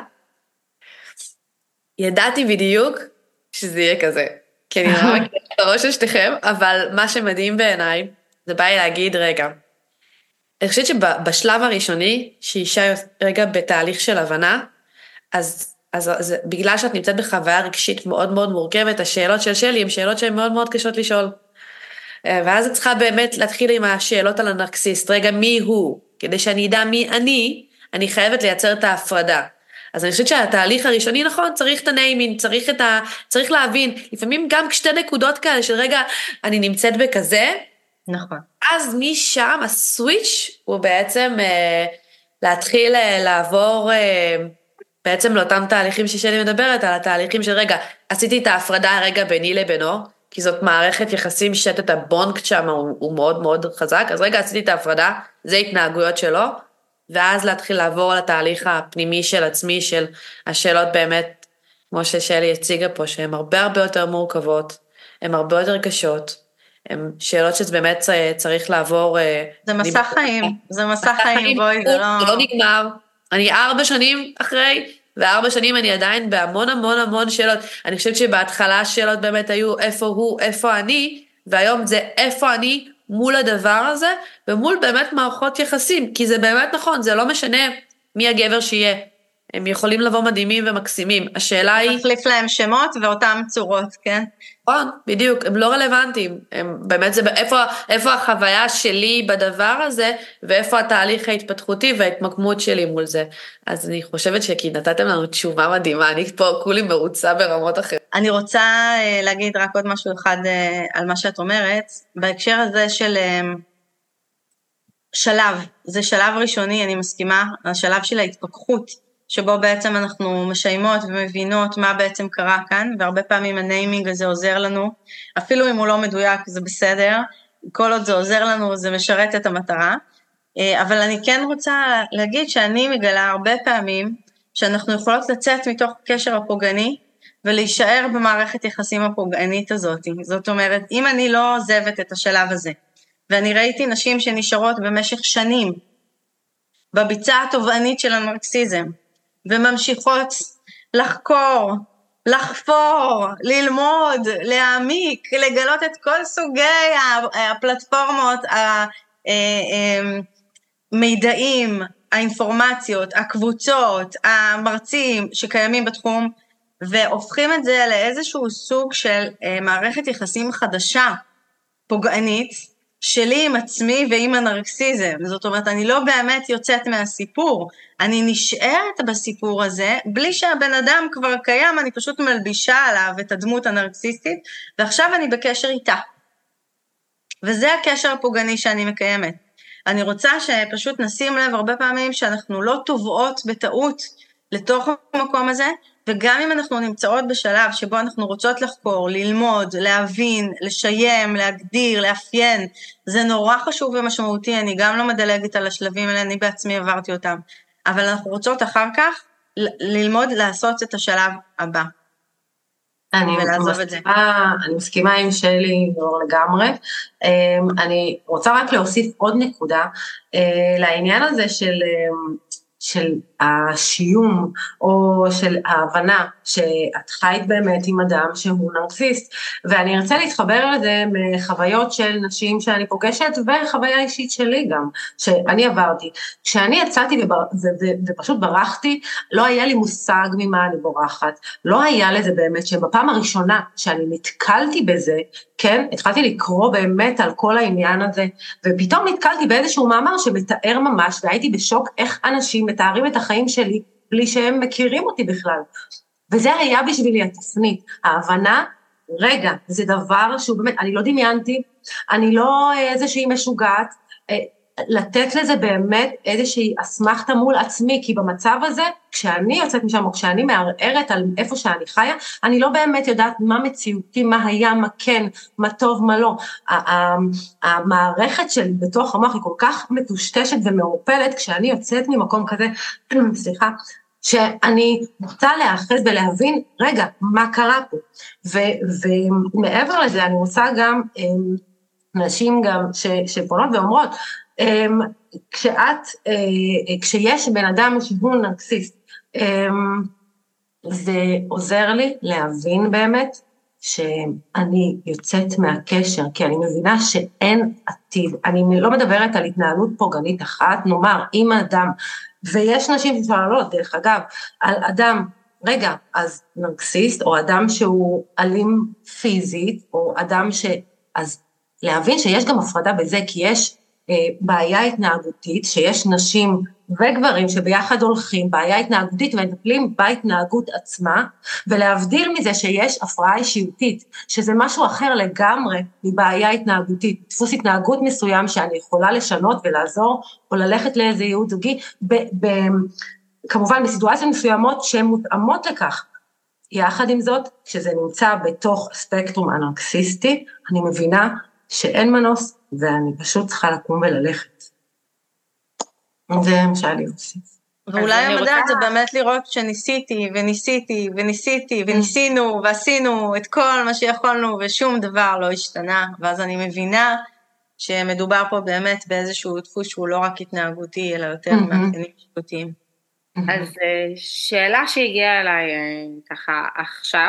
ידעתי בדיוק שזה יהיה כזה. כי אני לא מכירה את הראש של שתיכם, אבל מה שמדהים בעיניי, זה בא לי להגיד, רגע, אני חושבת שבשלב הראשוני, שאישה רגע בתהליך של הבנה, אז בגלל שאת נמצאת בחוויה רגשית מאוד מאוד מורכבת, השאלות של שלי הן שאלות שהן מאוד מאוד קשות לשאול. ואז את צריכה באמת להתחיל עם השאלות על הנרקסיסט, רגע מי הוא, כדי שאני אדע מי אני חייבת לייצר את ההפרדה. אז אני חושבת שהתהליך הראשוני נכון, צריך את הניימינג, צריך להבין, לפעמים גם שתי נקודות כאלה של רגע אני נמצאת בכזה, נכון. אז משם הסוויץ' הוא בעצם להתחיל לעבור בעצם לאותם תהליכים ששלי מדברת, על התהליכים של רגע, עשיתי את ההפרדה רגע ביני לבינו, כי זאת מערכת יחסים שאת הבונקט שם הוא מאוד מאוד חזק, אז רגע עשיתי את ההפרדה, זה התנהגויות שלו, ואז להתחיל לעבור על התהליך הפנימי של עצמי, של השאלות באמת, כמו ששלי הציגה פה, שהן הרבה הרבה יותר מורכבות, הן הרבה יותר קשות, הן שאלות שזה באמת צריך לעבור. זה מסע חיים, זה מסע חיים, בואי, זה לא נגמר, אני 4 שנים אחרי, ו4 שנים אני עדיין בהמון המון המון שאלות, אני חושבת שבהתחלה השאלות באמת היו איפה הוא, איפה אני, והיום זה איפה אני מול הדבר הזה, ומול באמת מערכות יחסים, כי זה באמת נכון, זה לא משנה מי הגבר שיהיה, הם יכולים לבוא מדהימים ומקסימים, השאלה היא... תחליף להם שמות ואותם צורות, כן? נכון, בדיוק, הם לא רלוונטיים, הם באמת זה איפה החוויה שלי בדבר הזה, ואיפה התהליך ההתפתחותי וההתמקמות שלי מול זה, אז אני חושבת שכי נתתם לנו תשובה מדהימה, אני פה כולי מרוצה ברמות אחרות. אני רוצה להגיד רק עוד משהו אחד על מה שאת אומרת, בהקשר הזה של שלב, זה שלב ראשוני, אני מסכימה, השלב של ההתפכחות, שבו בעצם אנחנו משיימות ומבינות מה בעצם קרה כאן, והרבה פעמים הניימינג הזה עוזר לנו, אפילו אם הוא לא מדויק זה בסדר, כל עוד זה עוזר לנו זה משרת את המטרה, אבל אני כן רוצה להגיד שאני מגלה הרבה פעמים, שאנחנו יכולות לצאת מתוך קשר הפוגעני, ולהישאר במערכת יחסים הפוגענית הזאת, זאת אומרת, אם אני לא עוזבת את השלב הזה, ואני ראיתי נשים שנשארות במשך שנים, בביצה התובענית של הנרקסיזם, וממשיכות לחקור, לחפור, ללמוד, להעמיק, לגלות את כל סוגי הפלטפורמות, המידעים, האינפורמציות, הקבוצות, המרצים שקיימים בתחום, והופכים את זה לאיזשהו סוג של מערכת יחסים חדשה, פוגענית, שלי עם עצמי ועם הנרקסיזם, זאת אומרת, אני לא באמת יוצאת מהסיפור, אני נשארת בסיפור הזה, בלי שהבן אדם כבר קיים, אני פשוט מלבישה עליו את הדמות הנרקסיסטית, ועכשיו אני בקשר איתה. וזה הקשר הפוגעני שאני מקיימת. אני רוצה שפשוט נשים לב הרבה פעמים שאנחנו לא טובעות בטעות לתוך המקום הזה, וגם אם אנחנו נמצאות בשלב שבו אנחנו רוצות לחקור, ללמוד, להבין, לשיים, להגדיר, לאפיין, זה נורא חשוב ומשמעותי, אני גם לא מדלגת על השלבים האלה, אני בעצמי עברתי אותם, אבל אנחנו רוצות אחר כך ללמוד לעשות את השלב הבא. אני מסכימה עם שלי לגמרי. אני רוצה רק להוסיף עוד נקודה לעניין הזה של השיום, או של ההבנה שאת חיית באמת עם אדם שהוא נרקסיסט, ואני ארצה להתחבר לזה מחוויות של נשים שאני פוגשת, וחוויה אישית שלי גם, שאני עברתי. כשאני יצאתי ופשוט ברחתי, לא היה לי מושג ממה אני בורחת, לא היה לזה באמת, שבפעם הראשונה שאני נתקלתי בזה, כן, התחלתי לקרוא באמת על כל העניין הזה, ופתאום נתקלתי באיזשהו מאמר שמתאר ממש, והייתי בשוק איך אנשים מתארים את החיים שלי, בלי שהם מכירים אותי בכלל. וזה היה בשבילי התפנית, ההבנה, רגע, זה דבר שהוא באמת, אני לא דמיינתי, אני לא איזושהי משוגעת, לתת לזה באמת איזושהי אסמכתה מול עצמי, כי במצב הזה, כשאני יוצאת משם, או כשאני מערערת על איפה שאני חיה, אני לא באמת יודעת מה מציאותי, מה היה, מה כן, מה טוב, מה לא. המערכת שלי בתוך המוח היא כל כך מטושטשת ומעורפלת, כשאני יוצאת ממקום כזה, סליחה, שאני רוצה להאחז ולהבין, רגע, מה קרה פה? ומעבר לזה, אני רוצה גם, נשים גם שפונות ואומרות, כשיש בן אדם שהוא נרקסיסט, זה עוזר לי להבין באמת שאני יוצאת מהקשר, כי אני מבינה שאין עתיד, אני לא מדברת על התנהלות פוגענית אחת, נאמר, עם אדם, ויש נשים ששואלות, דרך אגב, על אדם, רגע, אז נרקסיסט, או אדם שהוא אלים פיזית, או אדם אז להבין שיש גם הפרדה בזה, כי יש בעיה התנהגותית, שיש נשים וגברים שביחד הולכים, בעיה התנהגותית ומטפלים בהתנהגות עצמה, ולהבדיל מזה שיש הפרעה אישיותית, שזה משהו אחר לגמרי מבעיה התנהגותית, דפוס התנהגות מסוים שאני יכולה לשנות ולעזור, או ללכת לאיזה ייעוד זוגי, כמובן בסיטואציות מסוימות שהן מותאמות לכך. יחד עם זאת, כשזה נמצא בתוך הספקטרום הנרקסיסטי, אני מבינה שאין מנוס, ואני פשוט צריכה לקום וללכת. זה מה שהיה לי להוסיף. ואולי המדע זה באמת לראות שניסיתי, וניסיתי, וניסיתי, וניסינו, ועשינו את כל מה שיכולנו, ושום דבר לא השתנה, ואז אני מבינה שמדובר פה באמת באיזשהו דפוס שהוא לא רק התנהגותי, אלא יותר מאפיינים שיפוטיים. אז שאלה שהגיעה אליי ככה עכשיו,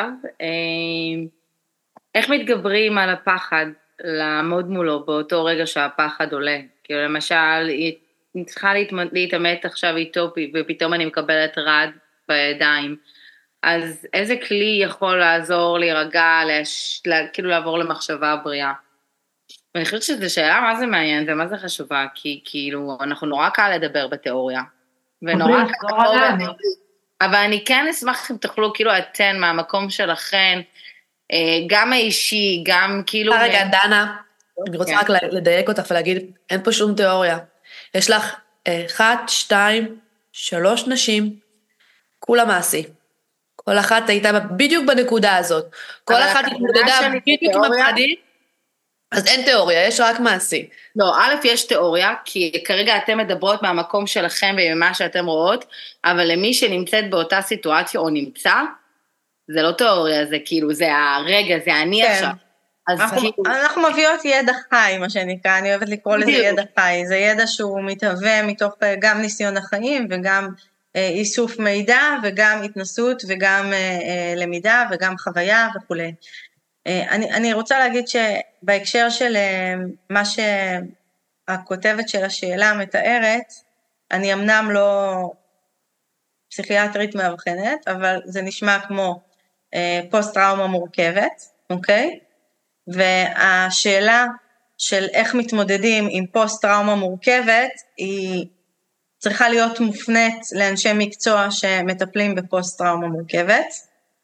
איך מתגברים על הפחד לעמוד מולו באותו רגע שהפחד עולה? כאילו למשל, אני צריכה להתאמת עכשיו איתו, ופתאום אני מקבלת רד בידיים, אז איזה כלי יכול לעזור להירגע, כאילו לעבור למחשבה בריאה? ואני חושבת שזו שאלה מה זה מעניין, ומה זה חשובה, כי כאילו אנחנו נורא קל לדבר בתיאוריה, ונורא קל לדבר, אבל אני כן אשמח אם תוכלו כאילו אתן מהמקום שלכן, גם האישי, גם כאילו... רגע, דנה, אני רוצה רק לדייק אותך ולהגיד, אין פה שום תיאוריה. יש לך 1, 2, 3 נשים, כולה מעשי. כל אחת הייתה בדיוק בנקודה הזאת. כל אחת התמודדה בדיוק עם הפחדים, אז אין תיאוריה, יש רק מעשי. לא, א', יש תיאוריה, כי כרגע אתם מדברות מהמקום שלכם וממה שאתם רואות, אבל למי שנמצאת באותה סיטואציה או נמצא, זה לא תיאוריה, זה כאילו, זה הרגע, זה אני עכשיו. אנחנו מביאות ידע חי, מה שנקרא, אני אוהבת לקרוא לזה ידע חי, זה ידע שהוא מתהווה מתוך גם ניסיון החיים, וגם איסוף מידע, וגם התנסות, וגם למידה, וגם חוויה וכו'. אני רוצה להגיד שבהקשר של מה שהכותבת של השאלה מתארת, אני אמנם לא פסיכיאטרית מאבחנת, אבל זה נשמע כמו פוסט-טראומה מורכבת, אוקיי? והשאלה של איך מתמודדים עם פוסט-טראומה מורכבת, היא צריכה להיות מופנית לאנשי מקצוע שמטפלים בפוסט-טראומה מורכבת,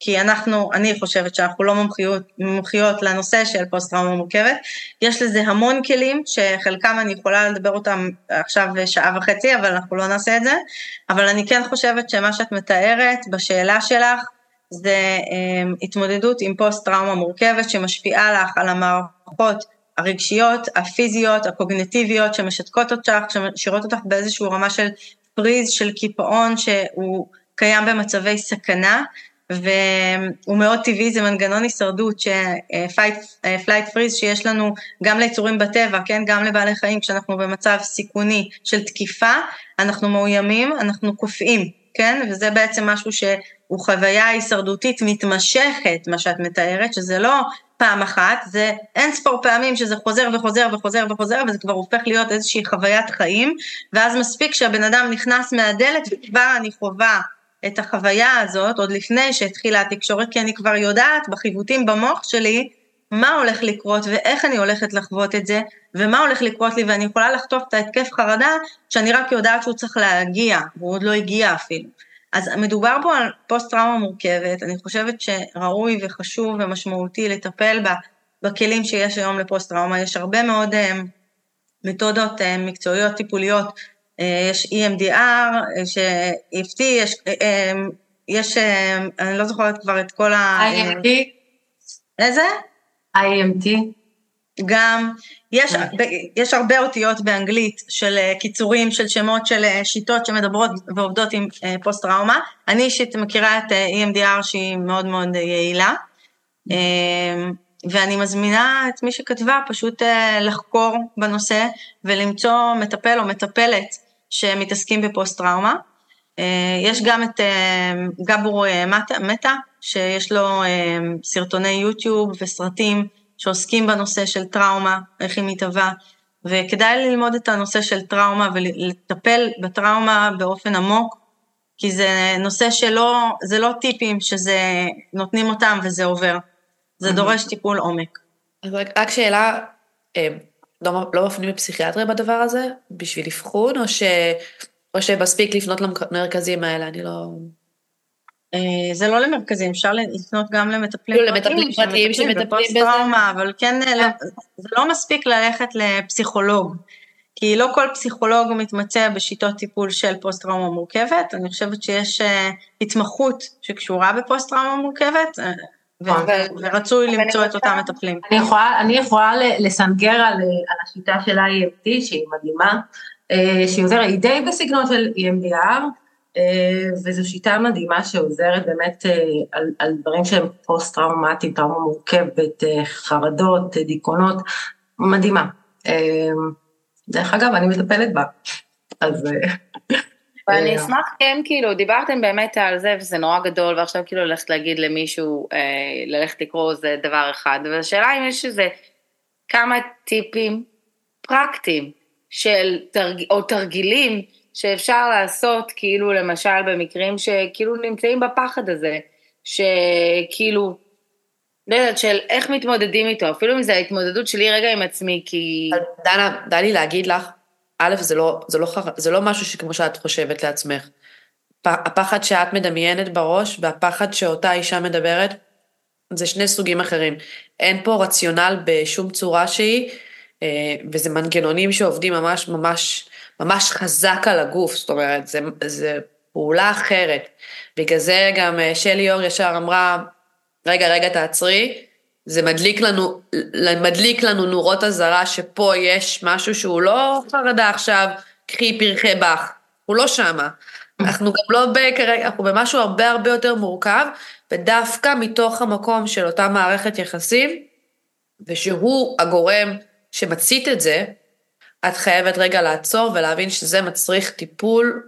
כי אני חושבת שאנחנו לא מומחיות לנושא של פוסט-טראומה מורכבת, יש לזה המון כלים, שחלקם אני יכולה לדבר אותם עכשיו 1.5 שעות, אבל אנחנו לא נעשה את זה, אבל אני כן חושבת שמה שאת מתארת בשאלה שלך, זה התמודדות עם פוסט-טראומה מורכבת, שמשפיעה לך על המערכות הרגשיות, הפיזיות, הקוגניטיביות, שמשתקות אותך, שמשאירות אותך באיזשהו רמה של פריז, של קיפאון, שהוא קיים במצבי סכנה, והוא מאוד טבעי, זה מנגנון הישרדות, flight freeze שיש לנו גם ליצורים בטבע, כן? גם לבעלי חיים, כשאנחנו במצב סיכוני של תקיפה, אנחנו מאוימים, אנחנו קופאים, כן? וזה בעצם משהו שהוא חוויה הישרדותית מתמשכת, מה שאת מתארת, שזה לא פעם אחת, זה אין ספור פעמים שזה חוזר וחוזר וחוזר וחוזר, וזה כבר הופך להיות איזושהי חוויית חיים, ואז מספיק שהבן אדם נכנס מהדלת, וכבר אני חווה את החוויה הזאת, עוד לפני שהתחילה התקשורת, כי אני כבר יודעת בחיווטים במוח שלי, מה הולך לקרות ואיך אני הולכת לחוות את זה, ומה הולך לקרות לי, ואני יכולה לחטוף את ההתקף חרדה, שאני רק יודעת שהוא צריך להגיע, והוא עוד לא הגיע אפילו. אז מדובר פה על פוסט-טראומה מורכבת, אני חושבת שראוי וחשוב ומשמעותי לטפל בכלים שיש היום לפוסט-טראומה, יש הרבה מאוד מתודות מקצועיות טיפוליות, יש EMDR, יש EFT, יש, אני לא זוכרת כבר את כל IMT. איזה? IMT. גם, יש הרבה אותיות באנגלית של קיצורים, של שמות, של שיטות שמדברות ועובדות עם פוסט-טראומה. אני אישית מכירה את EMDR שהיא מאוד מאוד יעילה, ואני מזמינה את מי שכתבה פשוט לחקור בנושא, ולמצוא מטפל או מטפלת שמתעסקים בפוסט-טראומה. יש גם את גבור מטה, שיש לו סרטוני יוטיוב וסרטים שעוסקים בנושא של טראומה, איך היא מתהווה, וכדאי ללמוד את הנושא של טראומה ולטפל בטראומה באופן עמוק, כי זה נושא זה לא טיפים שזה נותנים אותם וזה עובר, זה דורש טיפול עומק. רק שאלה, לא מפנים לפסיכיאטריה בדבר הזה, בשביל לבחון, או שמספיק לפנות למרכזים האלה, אני לא... זה לא למרכזים, אפשר לפנות גם למטפלים פרטיים שמטפלים בפוסט-טראומה, אבל כן, זה לא מספיק ללכת לפסיכולוג, כי לא כל פסיכולוג מתמצא בשיטות טיפול של פוסט-טראומה מורכבת, אני חושבת שיש התמחות שקשורה בפוסט-טראומה מורכבת, ורצוי למצוא את אותם מטפלים. אני יכולה לסנגר על השיטה של IMT, שהיא מדהימה, שהיא עוזרת, היא די בסגנון של EMDR, וזו שיטה מדהימה שעוזרת באמת על דברים שהם פוסט-טראומטיים, טראומה מורכבת, חרדות, דיכאונות, מדהימה. דרך אגב, אני מטפלת בה, אז... ואני אשמח, כן, כאילו, דיברתם באמת על זה, וזה נורא גדול, ועכשיו כאילו ללכת להגיד למישהו, ללכת לקרוא זה דבר אחד, והשאלה אם יש איזה כמה טיפים פרקטיים, או תרגילים, שאפשר לעשות, כאילו, למשל, במקרים שכאילו נמצאים בפחד הזה, שכאילו, לא יודעת, של איך מתמודדים איתו, אפילו אם זה ההתמודדות שלי רגע עם עצמי, כי... דנה, די לי להגיד לך, א', זה לא משהו שכמו שאת חושבת לעצמך. הפחד שאת מדמיינת בראש, והפחד שאותה אישה מדברת, זה שני סוגים אחרים. אין פה רציונל בשום צורה שהיא, וזה מנגנונים שעובדים ממש ממש, ממש חזק על הגוף, זאת אומרת, זה פעולה אחרת. בגלל זה גם שלי אור ישר אמרה, רגע, תעצרי, זה מדליק לנו נורות הזרה, שפה יש משהו שהוא לא חרדה עכשיו, קחי פרחי בח, הוא לא שמה. אנחנו גם לא כרגע, אנחנו במשהו הרבה הרבה יותר מורכב, ודווקא מתוך המקום של אותה מערכת יחסים, ושהוא הגורם שמצית את זה, את חייבת רגע לעצור ולהבין שזה מצריך טיפול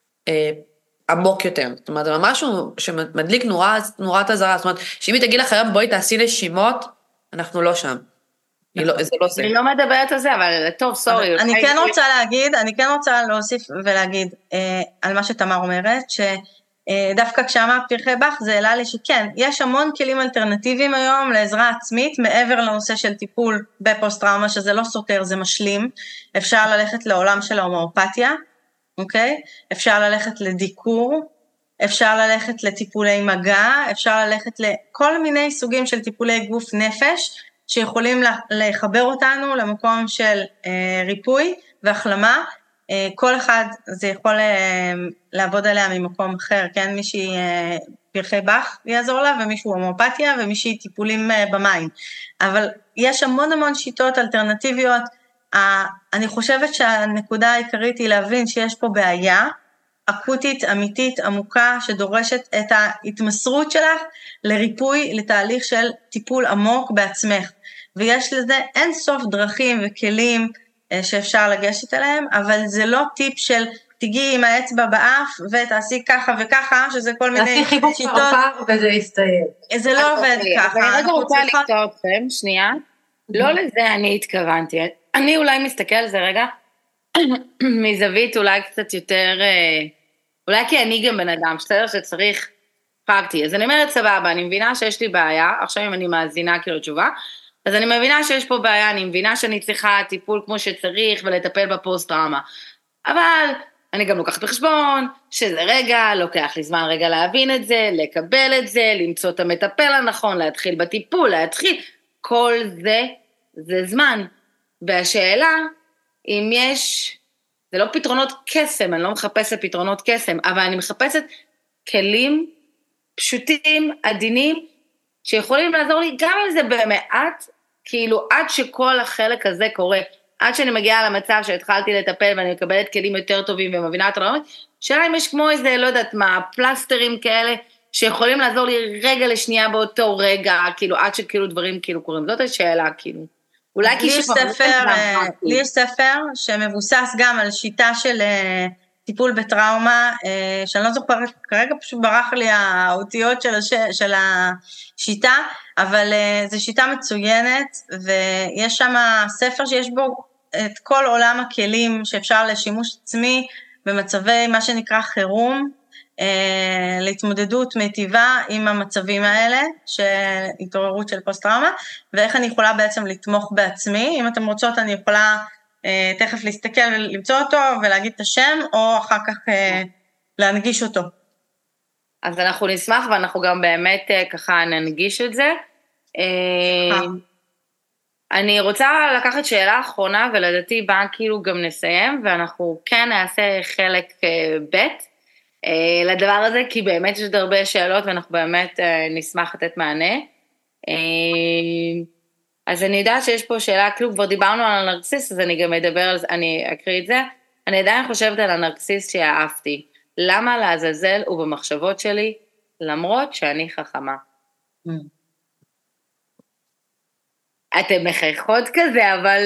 עמוק יותר. זאת אומרת, זה משהו שמדליק נורת הזרה. זאת אומרת, שאם היא תגיד לך היום, בואי תעשי נשימות, אנחנו לא שם. זה לא זה. אני לא מדברת על זה, אבל טוב, סורי. אני כן רוצה להוסיף ולהגיד על מה שתמר אומרת, שדווקא כשאמרת פרחי בח, זה העלה לי שכן, יש המון כלים אלטרנטיביים היום לעזרה עצמית, מעבר לנושא של טיפול בפוסט-טראומה, שזה לא סותר, זה משלים. אפשר ללכת לעולם של ההומאופתיה, אוקיי? אפשר ללכת לדיקור, אפשר ללכת לטיפולי מגע, אפשר ללכת לכל מיני סוגים של טיפולי גוף נפש, שיכולים לחבר אותנו למקום של ריפוי והחלמה, כל אחד זה יכול לעבוד עליה ממקום אחר, כן? מישהי פרחי בח יעזור לה, ומישהו הומאופתיה, ומישהי טיפולים במים, אבל יש המון שיטות אלטרנטיביות. אני חושבת שהנקודה העיקרית היא להבין שיש פה בעיה אקוטית, אמיתית, עמוקה, שדורשת את ההתמסרות שלך לריפוי, לתהליך של טיפול עמוק בעצמך, ויש לזה אין סוף דרכים וכלים שאפשר לגשת אליהם, אבל זה לא טיפ של תגיעי עם האצבע באף ותעשי ככה וככה, שזה כל מיני שיטות. תעשי חיבוק פרפר וזה יסתיים. זה לא עובד ככה. אבל רגע רוצה לקטוע אתכם, שנייה, לא לזה אני התכוונתי, אני אולי מסתכל על זה רגע, מזווית אולי קצת יותר, אולי כי אני גם בן אדם, שצריך פרקטי, אז אני אומרת סבבה, אני מבינה שיש לי בעיה, עכשיו אם אני מאזינה כאילו תשובה, אז אני מבינה שיש פה בעיה, אני מבינה שאני צריכה טיפול כמו שצריך, ולטפל בפוסט-טראומה, אבל אני גם לוקחת בחשבון, שזה רגע, לוקח לי זמן רגע להבין את זה, לקבל את זה, למצוא את המטפל הנכון, להתחיל בטיפול, כל זה זמן, והשאלה, אם יש, זה לא פתרונות קסם, אני לא מחפשת פתרונות קסם, אבל אני מחפשת כלים פשוטים, עדינים, שיכולים לעזור לי, גם אם זה במעט, כאילו עד שכל החלק הזה קורה, עד שאני מגיעה למצב שהתחלתי לטפל, ואני מקבלת כלים יותר טובים, ומבינה את הרעיונות, שאלה אם יש כמו איזה, לא יודעת מה, פלסטרים כאלה, שיכולים לעזור לי רגע לשנייה באותו רגע, כאילו עד שכאילו דברים כאילו קורים, זאת השאלה, כאילו. אולי לי יש ספר שמבוסס גם על שיטה של טיפול בטראומה, שאני לא זוכרת, כרגע פשוט ברח לי האותיות של השיטה, אבל זו שיטה מצוינת, ויש שם ספר שיש בו את כל עולם הכלים שאפשר לשימוש עצמי, במצבי מה שנקרא חירום, להתמודדות מיטיבה עם המצבים האלה, של התעוררות של פוסט-טראומה, ואיך אני יכולה בעצם לתמוך בעצמי. אם אתם רוצות אני יכולה תכף להסתכל ולמצוא אותו ולהגיד את השם, או אחר כך להנגיש אותו. אז אנחנו נשמח, ואנחנו גם באמת ככה ננגיש את זה. אני רוצה לקחת שאלה אחרונה, ולדעתי באה כאילו גם נסיים, ואנחנו כן נעשה חלק ב' לדבר הזה, כי באמת יש עוד הרבה שאלות, ואנחנו באמת נשמח לתת מענה. אז אני יודעת שיש פה שאלה, כאילו כבר דיברנו על הנרקסיסט, אז אני גם אדבר על זה, אני אקריא את זה. אני עדיין חושבת על הנרקסיסט שאהבתי. למה לעזאזל ובמחשבות שלי, למרות שאני חכמה? אתם מחייכות כזה, אבל...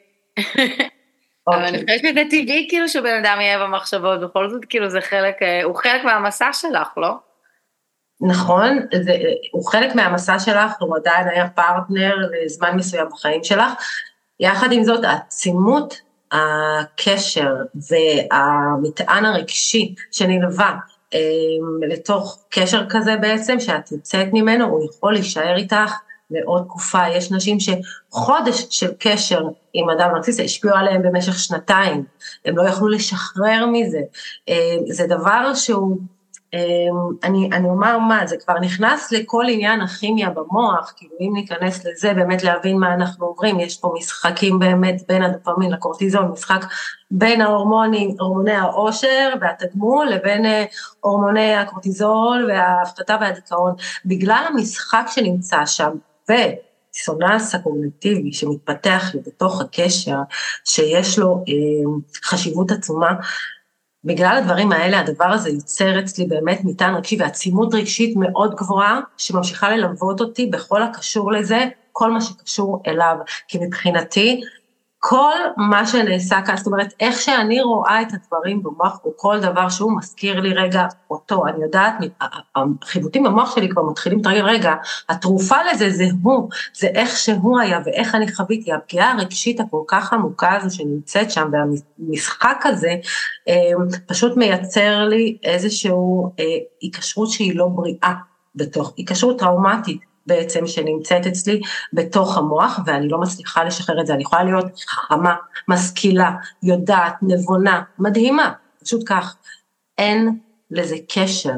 אבל אני חושבת שזה טבעי כאילו שבן אדם יהיה במחשבות, בכל זאת כאילו זה חלק, הוא חלק מהמסע שלך, לא? נכון, הוא חלק מהמסע שלך, הוא עדיין היה פרטנר לזמן מסוים בחיים שלך, יחד עם זאת העצימות, הקשר והמטען הרגשי שנלווה לתוך קשר כזה בעצם, שאת יוצאת ממנו, הוא יכול להישאר איתך, לעוד תקופה. יש נשים שחודש של קשר עם אדם נרקסיסט השפיעו עליהם במשך שנתיים, הם לא יכלו לשחרר מזה, זה דבר שהוא, אני אומר מה, זה כבר נכנס לכל עניין הכימיה במוח, כאילו אם ניכנס לזה, באמת להבין מה אנחנו עוברים, יש פה משחקים באמת בין הדופמין לקורטיזול, משחק בין הורמוני העושר והתגמול, לבין הורמוני הקורטיזול וההפחתה והדיכאון, בגלל המשחק שנמצא שם, ודיסוננס הקוגניטיבי שמתפתח לי בתוך הקשר, שיש לו חשיבות עצומה, בגלל הדברים האלה, הדבר הזה יוצר אצלי באמת מטען רגשי, ועצימות רגשית מאוד גבוהה, שממשיכה ללוות אותי בכל הקשור לזה, כל מה שקשור אליו, כי מבחינתי, כל מה שנעשה כאן, זאת אומרת, איך שאני רואה את הדברים במוח, או כל דבר שהוא מזכיר לי רגע אותו, אני יודעת, החיבוטים במוח שלי כבר מתחילים תרגל רגע, התרופה לזה זה הוא, זה איך שהוא היה, ואיך אני חוויתי, הפגיעה הרגשית הכל כך עמוקה הזו שנמצאת שם, והמשחק הזה, פשוט מייצר לי איזשהו היקשרות שהיא לא בריאה, בתוך, היקשרות טראומטית, בעצם שנמצאת אצלי בתוך המוח, ואני לא מצליחה לשחרר את זה, אני יכולה להיות חכמה, משכילה, יודעת, נבונה, מדהימה, פשוט כך, אין לזה קשר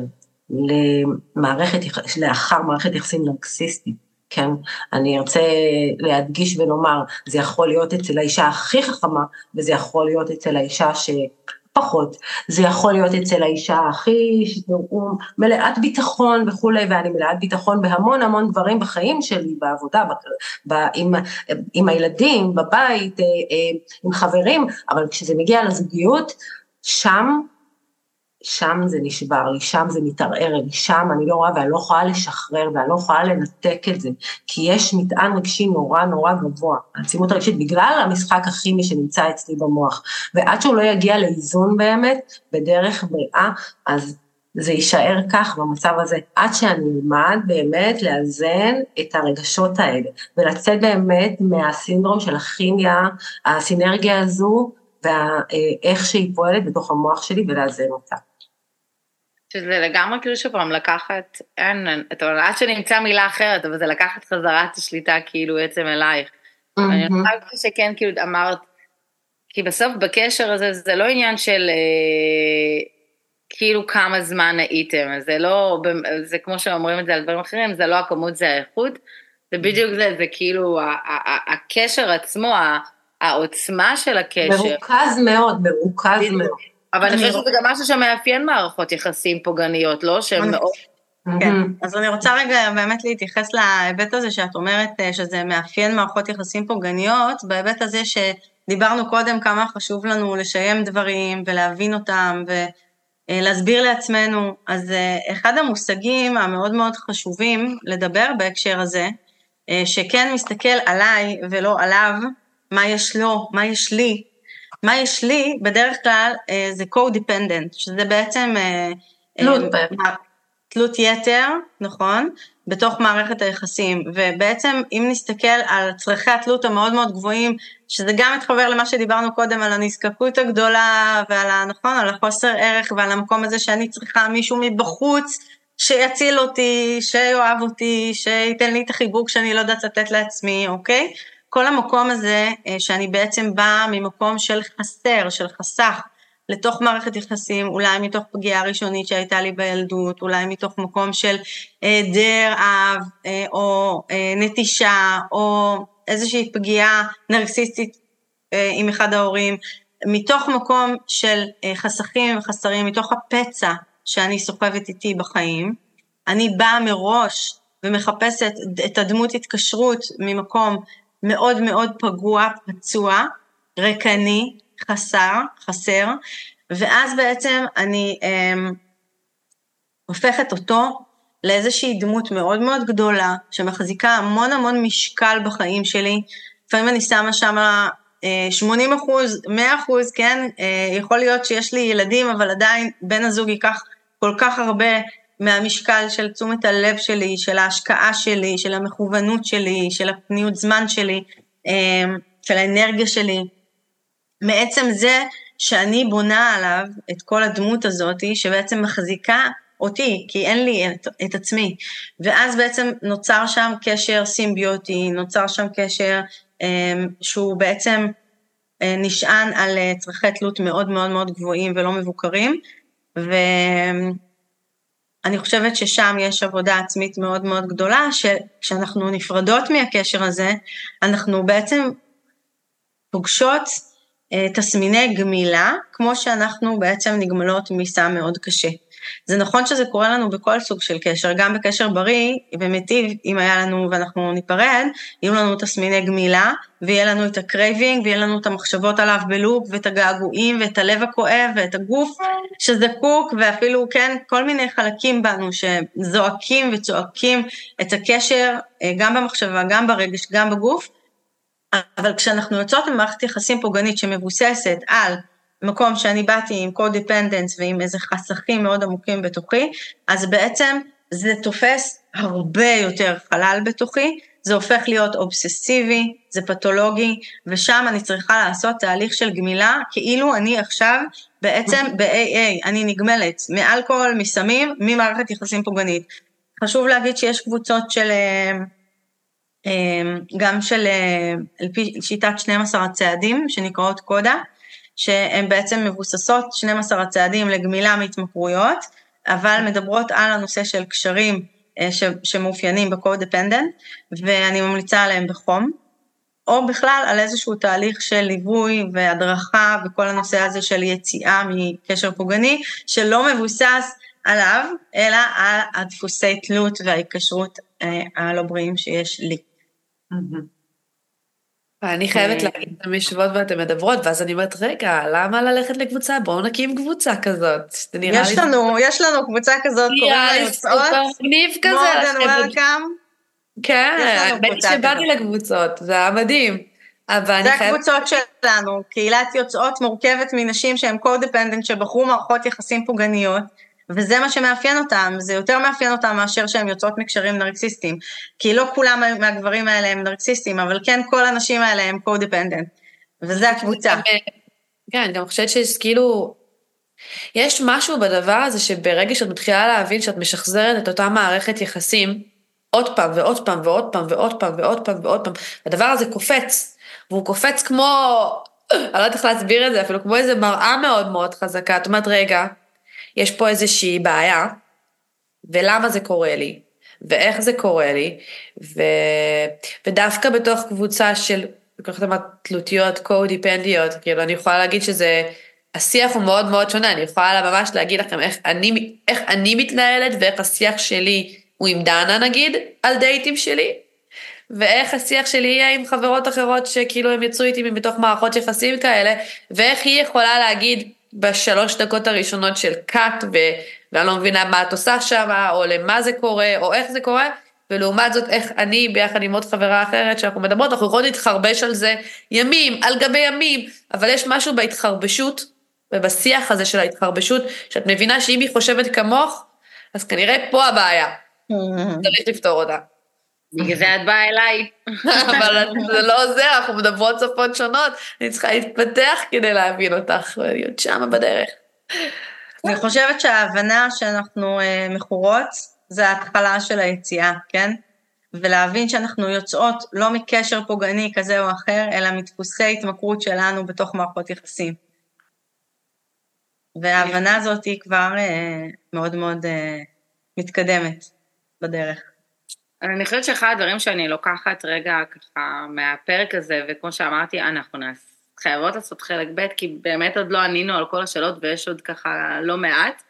לאחר מערכת יחסים נרקסיסטית, כן? אני ארצה להדגיש ולומר, זה יכול להיות אצל האישה הכי חכמה, וזה יכול להיות אצל האישה שפחות, זה יכול להיות אצל האישה הכי מלאת ביטחון וכו', ואני מלאת ביטחון בהמון המון דברים בחיים שלי, בעבודה, עם הילדים, בבית, עם חברים, אבל כשזה מגיע לזוגיות, שם זה נשבר לי, שם זה מתערער לי, שם אני לא רואה ואני לא יכולה לשחרר ואני לא יכולה לנתק את זה, כי יש מטען רגשי נורא נורא גבוה, העצימות הרגשית בגלל המשחק הכימי שנמצא אצלי במוח, ועד שהוא לא יגיע לאיזון באמת, בדרך בריאה, אז זה יישאר כך במצב הזה, עד שאני אלמד באמת לאזן את הרגשות האלה, ולצאת באמת מהסינדרום של הכימיה, הסינרגיה הזו, ואיך שהיא פועלת בתוך המוח שלי ולאזן אותה. שזה לגמרי כאילו שפעם לקחת, עד שנמצא מילה אחרת, אבל זה לקחת חזרת השליטה כאילו עצם אלייך. אני חושבת שכן כאילו אמרת, כי בסוף בקשר הזה זה לא עניין של כאילו כמה זמן הייתם, זה לא, זה כמו שאומרים את זה על דברים אחרים, זה לא הכמות, זה האיכות, זה בדיוק זה, זה כאילו הקשר עצמו, העוצמה של הקשר. מרוכז מאוד. אבל אני חושבת שזה גם משהו שמאפיין מערכות יחסים פוגעניות, לא? שהם מאוד... כן, אז אני רוצה רגע באמת להתייחס להיבט הזה שאת אומרת שזה מאפיין מערכות יחסים פוגעניות, בהיבט הזה שדיברנו קודם כמה חשוב לנו לשיים דברים ולהבין אותם ולהסביר לעצמנו, אז אחד המושגים המאוד מאוד חשובים לדבר בהקשר הזה, שכן מסתכל עליי ולא עליו, מה יש לו, מה יש לי, בדרך כלל זה co-dependent, שזה בעצם תלות יתר, נכון? בתוך מערכת היחסים, ובעצם אם נסתכל על צרכי התלות המאוד מאוד גבוהים, שזה גם מתחבר למה שדיברנו קודם, על הנזקקות הגדולה, נכון, על החוסר ערך, ועל המקום הזה שאני צריכה מישהו מבחוץ, שיציל אותי, שיואב אותי, שייתן לי את החיבוק שאני לא יודעת לתת לעצמי, אוקיי? כל המקום הזה שאני בעצם באה ממקום של חסר, של חסך, לתוך מערכת יחסים, אולי מתוך פגיעה ראשונית שהייתה לי בילדות, אולי מתוך מקום של דר אב, או נטישה, או איזושהי פגיעה נרקסיסטית עם אחד ההורים, מתוך מקום של חסכים וחסרים, מתוך הפצע שאני סוחבת איתי בחיים, אני באה מראש ומחפשת את הדמות התקשרות ממקום מאוד מאוד פגוע, פצוע, רקני, חסר, ואז בעצם אני הופכת אותו לאיזושהי דמות מאוד מאוד גדולה, שמחזיקה המון המון משקל בחיים שלי, לפעמים אני שמה שם 80%, 100%, כן, יכול להיות שיש לי ילדים, אבל עדיין בן הזוג ייקח כל כך הרבה מהמשקל של תשומת הלב שלי, של ההשקעה שלי, של המכוונות שלי, של הפניות זמן שלי, של האנרגיה שלי, מעצם זה שאני בונה עליו את כל הדמות הזאת, שבעצם מחזיקה אותי, כי אין לי את עצמי, ואז בעצם נוצר שם קשר סימביוטי, נוצר שם קשר שהוא בעצם נשען על צרכי תלות מאוד מאוד מאוד גבוהים ולא מבוקרים, ואני חושבת ששם יש עבודה עצמית מאוד מאוד גדולה, שכשאנחנו נפרדות מהקשר הזה, אנחנו בעצם פוגשות תסמיני גמילה, כמו שאנחנו בעצם נגמלות מסם מאוד קשה. זה נכון שזה קורה לנו בכל סוג של קשר, גם בקשר בריא ומיטיב, אם היה לנו ואנחנו ניפרד, יהיו לנו תסמיני גמילה, ויהיה לנו את הקרייבינג, ויהיה לנו את המחשבות עליו בלופ, ואת הגעגועים, ואת הלב הכואב, ואת הגוף שזקוק, ואפילו כן, כל מיני חלקים בנו שזועקים וצועקים את הקשר, גם במחשבה, גם ברגש, גם בגוף, אבל כשאנחנו יוצאות ממערכת יחסים פוגענית שמבוססת על מקום שאני באתי עם co-dependence ועם איזה חסכים מאוד עמוקים בתוכי, אז בעצם זה תופס הרבה יותר חלל בתוכי, זה הופך להיות אובססיבי, זה פתולוגי, ושם אני צריכה לעשות תהליך של גמילה, כאילו אני עכשיו בעצם ב-AA, אני נגמלת מאלכוהול, מסמים, ממערכת יחסים פוגענית. חשוב להגיד שיש קבוצות של... גם של על פי שיטת 12 הצעדים שנקראות קודה, שהן בעצם מבוססות 12 הצעדים לגמילה מהתמכרויות, אבל מדברות על הנושא של קשרים שמאופיינים ב-codependent, ואני ממליצה עליהם בחום, או בכלל על איזשהו תהליך של ליווי והדרכה, וכל הנושא הזה של יציאה מקשר פוגעני, שלא מבוסס עליו, אלא על הדפוסי תלות וההיקשרות הלא בריאים שיש לי. אני חייבת להגיד, אתם יושבות ואתם מדברות, ואז אני אומרת, רגע, למה ללכת לקבוצה? בואו נקים קבוצה כזאת. יש לנו קבוצה כזאת, קוראים לה יוצאות. מגניב כזה. more than welcome. כן, בטח שבאתי לקבוצות, זה היה מדהים. זה הקבוצות שלנו, קהילת יוצאות מורכבת מנשים שהן קודפנדנט, שבחרו מערכות יחסים פוגעניות, וזה מה שמאפיין אותם, זה יותר מאפיין אותם מאשר שהן יוצאות מקשרים נרקסיסטיים, כי לא כולם מהגברים האלה הם נרקסיסטיים, אבל כן כל הנשים האלה הם קודפנדנט, וזה הקבוצה. כן, גם חושבת שיש כאילו, יש משהו בדבר הזה שברגע שאת מתחילה להבין שאת משחזרת את אותה מערכת יחסים, עוד פעם ועוד פעם ועוד פעם ועוד פעם ועוד פעם ועוד פעם, הדבר הזה קופץ, והוא קופץ כמו, אני לא יודעת איך להסביר את זה, אפילו כמו איזו מראה מאוד מאוד חזקה, את אומרת רגע, יש פה איזושהי בעיה, ולמה זה קורה לי, ואיך זה קורה לי, ודווקא בתוך קבוצה של, כל כך אמרת, תלותיות, קודיפנדיות, כאילו אני יכולה להגיד שזה, השיח הוא מאוד מאוד שונה, אני יכולה ממש להגיד לכם איך אני מתנהלת, ואיך השיח שלי הוא עם דנה נגיד, על דייטים שלי, ואיך השיח שלי יהיה עם חברות אחרות, שכאילו הם יצאו איתי מתוך מערכות יחסים כאלה, ואיך היא יכולה להגיד, בשלוש דקות הראשונות של קאט, ואני לא מבינה מה את עושה שם, או למה זה קורה, או איך זה קורה, ולעומת זאת איך אני ביחד עם עוד חברה אחרת שאנחנו מדברות, אנחנו יכולים להתחרבש על זה ימים, על גבי ימים, אבל יש משהו בהתחרבשות, ובשיח הזה של ההתחרבשות, שאת מבינה שאם היא חושבת כמוך, אז כנראה פה הבעיה, צריך לפתור אותה. בגלל זה את באה אליי. אבל זה לא עוזר, אנחנו מדברות שפות שונות, אני צריכה להתפתח כדי להבין אותך, ולהיות שמה בדרך. אני חושבת שההבנה שאנחנו מכורות, זה ההתחלה של היציאה, כן? ולהבין שאנחנו יוצאות לא מקשר פוגעני כזה או אחר, אלא מדפוסי התמכרות שלנו בתוך מערכות יחסים. וההבנה הזאת היא כבר מאוד מאוד מתקדמת בדרך. אני חושבת שאחד הדברים שאני לוקחת רגע ככה מהפרק הזה, וכמו שאמרתי, אנחנו חייבות לעשות חלק ב', כי באמת עוד לא ענינו על כל השאלות, ויש עוד ככה לא מעט.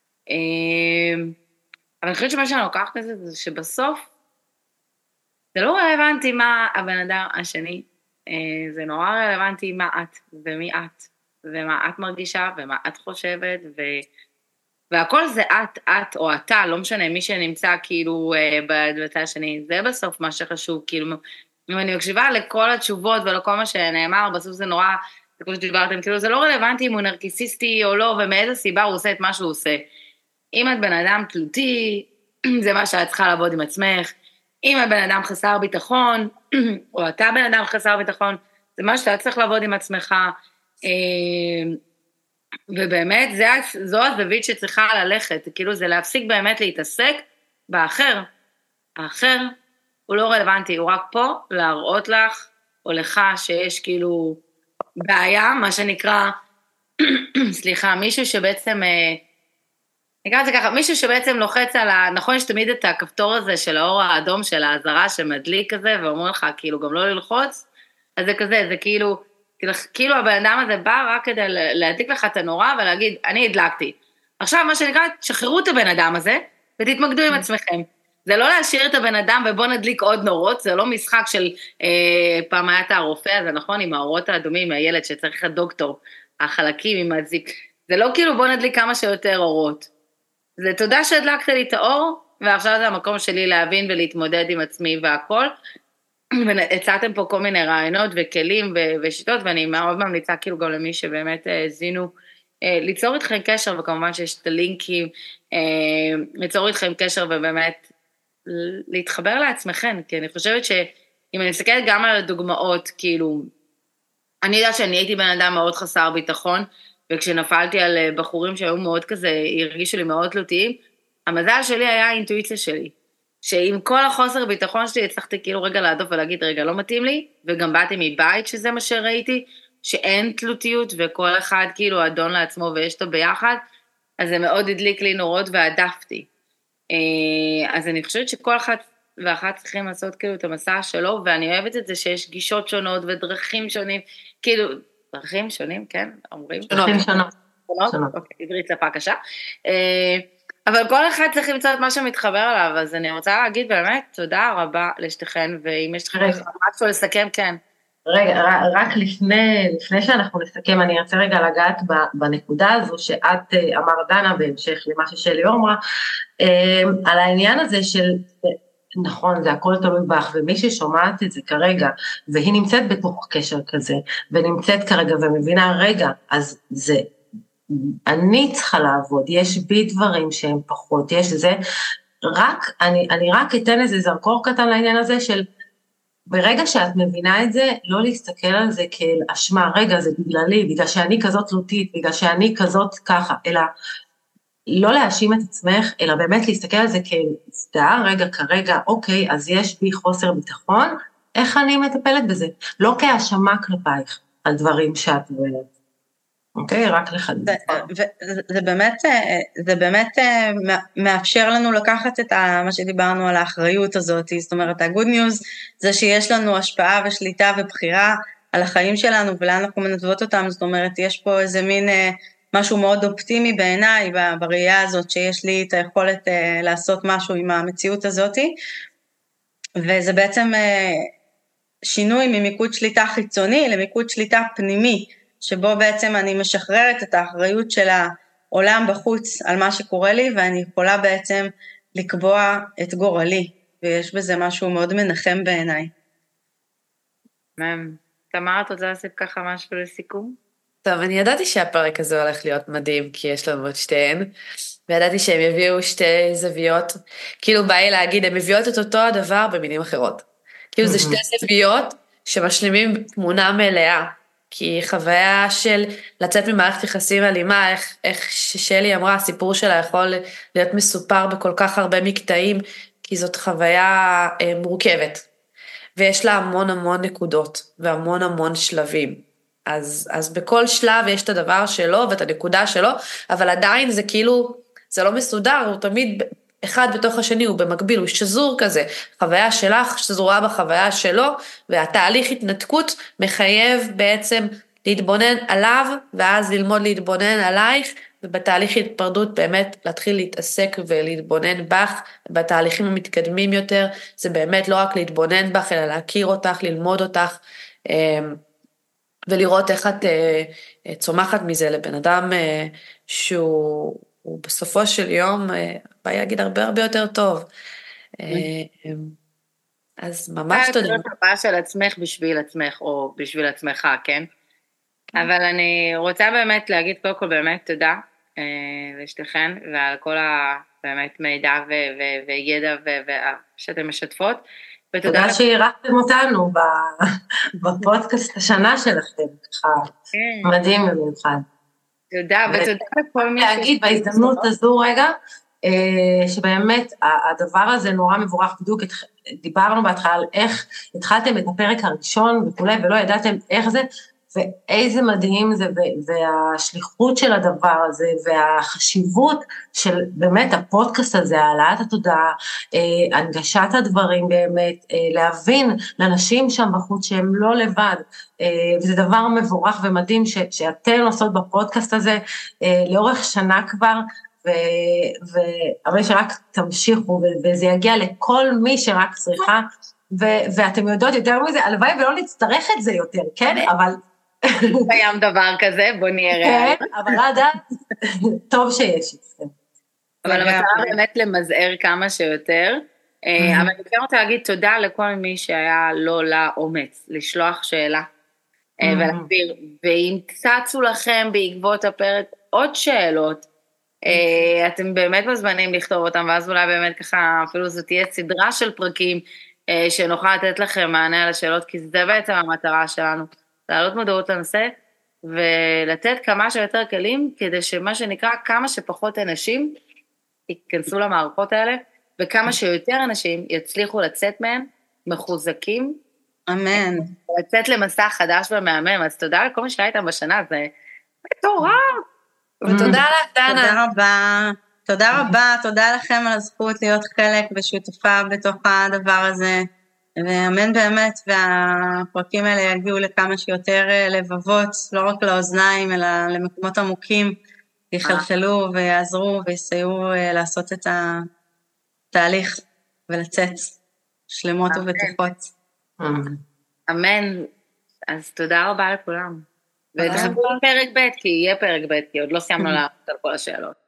אבל אני חושבת שמה שאני לוקחת מזה, זה שבסוף, זה לא רלוונטי מה הבן אדם השני, זה נורא רלוונטי מה את, ומי את, ומה את מרגישה, ומה את חושבת, והכל זה את או אתה, לא משנה, מי שנמצא כאילו בצד השני, זה בסוף מה שחשוב, כאילו, אם אני מקשיבה לכל התשובות ולכל מה שנאמר, בסוף זה נורא, זה כמו שדיברתם, כאילו זה לא רלוונטי אם הוא נרקיסיסטי או לא, ומאיזה סיבה הוא עושה את מה שהוא עושה. אם את בן אדם תלותי, זה מה שאת צריכה לעבוד עם עצמך, אם את בן אדם חסר ביטחון, או אתה בן אדם חסר ביטחון, זה מה שאתה צריך לעבוד עם עצמך, ובאמת זו הזווית שצריכה ללכת, כאילו זה להפסיק באמת להתעסק באחר, האחר הוא לא רלוונטי, הוא רק פה להראות לך או לך שיש כאילו בעיה, מה שנקרא, סליחה, מישהו שבעצם, נקרא את זה ככה, מישהו שבעצם לוחץ על נכון יש תמיד את הכפתור הזה של האור האדום של ההזרה שמדליק כזה, ואומר לך כאילו גם לא ללחוץ, אז זה כזה, זה כאילו הבן אדם הזה בא רק כדי להדליק לך את הנורא ולהגיד, אני הדלקתי. עכשיו מה שנקרא, שחררו את הבן אדם הזה ותתמקדו עם עצמכם. זה לא להשאיר את הבן אדם ובוא נדליק עוד נורות, זה לא משחק של פעם היה את הרופא הזה, נכון? עם האורות האדומים, הילד שצריך הדוקטור, החלקים עם הזיק. זה לא כאילו בוא נדליק כמה שיותר אורות. זה תודה שהדלקת לי את האור, ועכשיו זה המקום שלי להבין ולהתמודד עם עצמי והכל. והצעתם פה כל מיני רעיונות וכלים ושיטות, ואני מאוד ממליצה כאילו גם למי שבאמת זינו, ליצור איתכם קשר, וכמובן שיש את הלינקים, ליצור איתכם קשר ובאמת להתחבר לעצמכם, כי אני חושבת שאם אני מסתכלת גם על הדוגמאות, כאילו, אני יודעת שאני הייתי בן אדם מאוד חסר ביטחון, וכשנפלתי על בחורים שהיו מאוד כזה, הרגישו לי מאוד תלותיים, המזל שלי היה האינטואיציה שלי. שעם כל החוסר ביטחון שלי, הצלחתי כאילו רגע להדוף ולהגיד, רגע, לא מתאים לי, וגם באתי מבית שזה מה שראיתי, שאין תלותיות, וכל אחד כאילו אדון לעצמו ויש אותו ביחד, אז זה מאוד הדליק לי נורות והעדפתי. אז אני חושבת שכל אחת ואחת צריכים לעשות כאילו את המסע שלו, ואני אוהבת את זה שיש גישות שונות ודרכים שונים, כאילו, דרכים שונים, כן? אומרים? דרכים שונות. אוקיי, עברית שפה קשה. אבל כל אחד צריך למצוא את מה שמתחבר עליו, אז אני רוצה להגיד באמת תודה רבה לשתיכן, ואם יש לכם משהו לסכם, כן. רגע, רק לפני שאנחנו נסכם, אני ארצה רגע לגעת בנקודה הזו שאת אמרת דנה, בהמשך למה ששלי אמרה, על העניין הזה של, נכון, זה הכל תלוי בך, ומי ששומעת את זה כרגע, והיא נמצאת בתוך קשר כזה, ונמצאת כרגע ומבינה, רגע, אז זה, אני צריכה לעבוד, יש בי דברים שהם פחות, יש זה, אני רק אתן איזה זרקור קטן לעניין הזה של, ברגע שאת מבינה את זה, לא להסתכל על זה כאל אשמה, רגע, זה בגללי, בגלל שאני כזאת תלותית, בגלל שאני כזאת ככה, אלא לא להאשים את עצמך, אלא באמת להסתכל על זה כאל סדר, רגע, כרגע, אוקיי, אז יש בי חוסר ביטחון, איך אני מטפלת בזה? לא כהאשמה כלפייך, על דברים שאת אומרת. אוקיי, רק לחדד. זה באמת מאפשר לנו לקחת את מה שדיברנו על האחריות הזאת, זאת אומרת, ה-good news זה שיש לנו השפעה ושליטה ובחירה על החיים שלנו, ולאן אנחנו מנתבות אותם, זאת אומרת, יש פה איזה מין משהו מאוד אופטימי בעיניי, בראייה הזאת שיש לי את היכולת לעשות משהו עם המציאות הזאת, וזה בעצם שינוי ממיקוד שליטה חיצוני למיקוד שליטה פנימי, שבו בעצם אני משחררת את האחריות של העולם בחוץ על מה שקורה לי, ואני יכולה בעצם לקבוע את גורלי, ויש בזה משהו מאוד מנחם בעיניי. תמר, את רוצה לעשות ככה משהו לסיכום? טוב, אני ידעתי שהפרק הזה הולך להיות מדהים, כי יש לנו עוד שתיהן, וידעתי שהם יביאו שתי זוויות, כאילו בא לי להגיד, הם מביאות את אותו הדבר במילים אחרות. כאילו זה שתי זוויות שמשלימים תמונה מלאה, כי חוויה של לצאת ממערכת יחסים אלימה, איך ששלי אמרה, הסיפור שלה יכול להיות מסופר בכל כך הרבה מקטעים, כי זאת חוויה מורכבת, ויש לה המון המון נקודות, והמון המון שלבים. אז בכל שלב יש את הדבר שלו, ואת הנקודה שלו, אבל עדיין זה כאילו, זה לא מסודר, הוא תמיד אחד בתוך השני, הוא במקביל, הוא שזור כזה, חוויה שלך שזורה בחוויה שלו, והתהליך התנתקות מחייב בעצם להתבונן עליו, ואז ללמוד להתבונן עלייך, ובתהליך התפרדות באמת להתחיל להתעסק ולהתבונן בך, בתהליכים המתקדמים יותר, זה באמת לא רק להתבונן בך, אלא להכיר אותך, ללמוד אותך, ולראות איך את צומחת מזה לבן אדם שהוא בסופו של יום בא להגיד הרבה הרבה יותר טוב. אז ממש תודה. זה הבאה של עצמך בשביל עצמך, או בשביל עצמך, כן? אבל אני רוצה באמת להגיד קודם כל באמת תודה לשתיכן, ועל כל באמת מידע וידע שאתם משתפות. תודה שהירחתם אותנו בפודקאסט השנה שלכם, ככה מדהים במיוחד. תודה, ותודה לכל מי להגיד בהזדמנות הזו רגע, שבאמת הדבר הזה נורא מבורך, בדיוק דיברנו בהתחלה על איך התחלתם את הפרק הראשון וכולי, ולא ידעתם איך זה, ואיזה מדהים זה, והשליחות של הדבר הזה, והחשיבות של באמת הפודקאסט הזה, העלאת התודעה, הנגשת הדברים באמת, להבין לאנשים שם בחוץ שהם לא לבד, וזה דבר מבורך ומדהים שאתן עושות בפודקאסט הזה, לאורך שנה כבר, אבל שרק תמשיכו, וזה יגיע לכל מי שרק צריכה, ואתם יודעות יותר מזה, הלוואי ולא נצטרך את זה יותר, כן? אבל קיים דבר כזה, בוא נהיה ריאלי. כן, אבל עדה, טוב שיש אצלם. אבל המטרה באמת למזער כמה שיותר, אבל אני כן רוצה להגיד תודה לכל מי שהיה לא לאומץ, לשלוח שאלה, ולהסביר, ואם צצו לכם בעקבות הפרק עוד שאלות, אתם באמת מזמנים לכתוב אותם, ואז אולי באמת ככה, אפילו זו תהיה סדרה של פרקים, שנוכל לתת לכם מענה על השאלות, כי זה בעצם המטרה שלנו, להעלות מודעות לנושא, ולתת כמה שיותר כלים, כדי שמה שנקרא כמה שפחות אנשים, ייכנסו למערכות האלה, וכמה שיותר אנשים יצליחו לצאת מהם, מחוזקים, אמן. לצאת למסע חדש ומהמם, אז תודה לכל מי שהיה איתם בשנה, זה מטורף, ותודה לך, דנה. תודה רבה. תודה רבה, תודה לכם על הזכות להיות חלק ושותפה בתוך הדבר הזה. ואמן באמת, והפרקים האלה יגיעו לכמה שיותר לבבות, לא רק לאוזניים, אלא למקומות עמוקים, יחלחלו ויעזרו ויסייעו לעשות את התהליך ולצאת שלמות ובטוחות. אמן. אז תודה רבה לכולם. ותחכו לפרק ב', כי יהיה פרק ב', כי עוד לא סיימנו לענות על כל השאלות.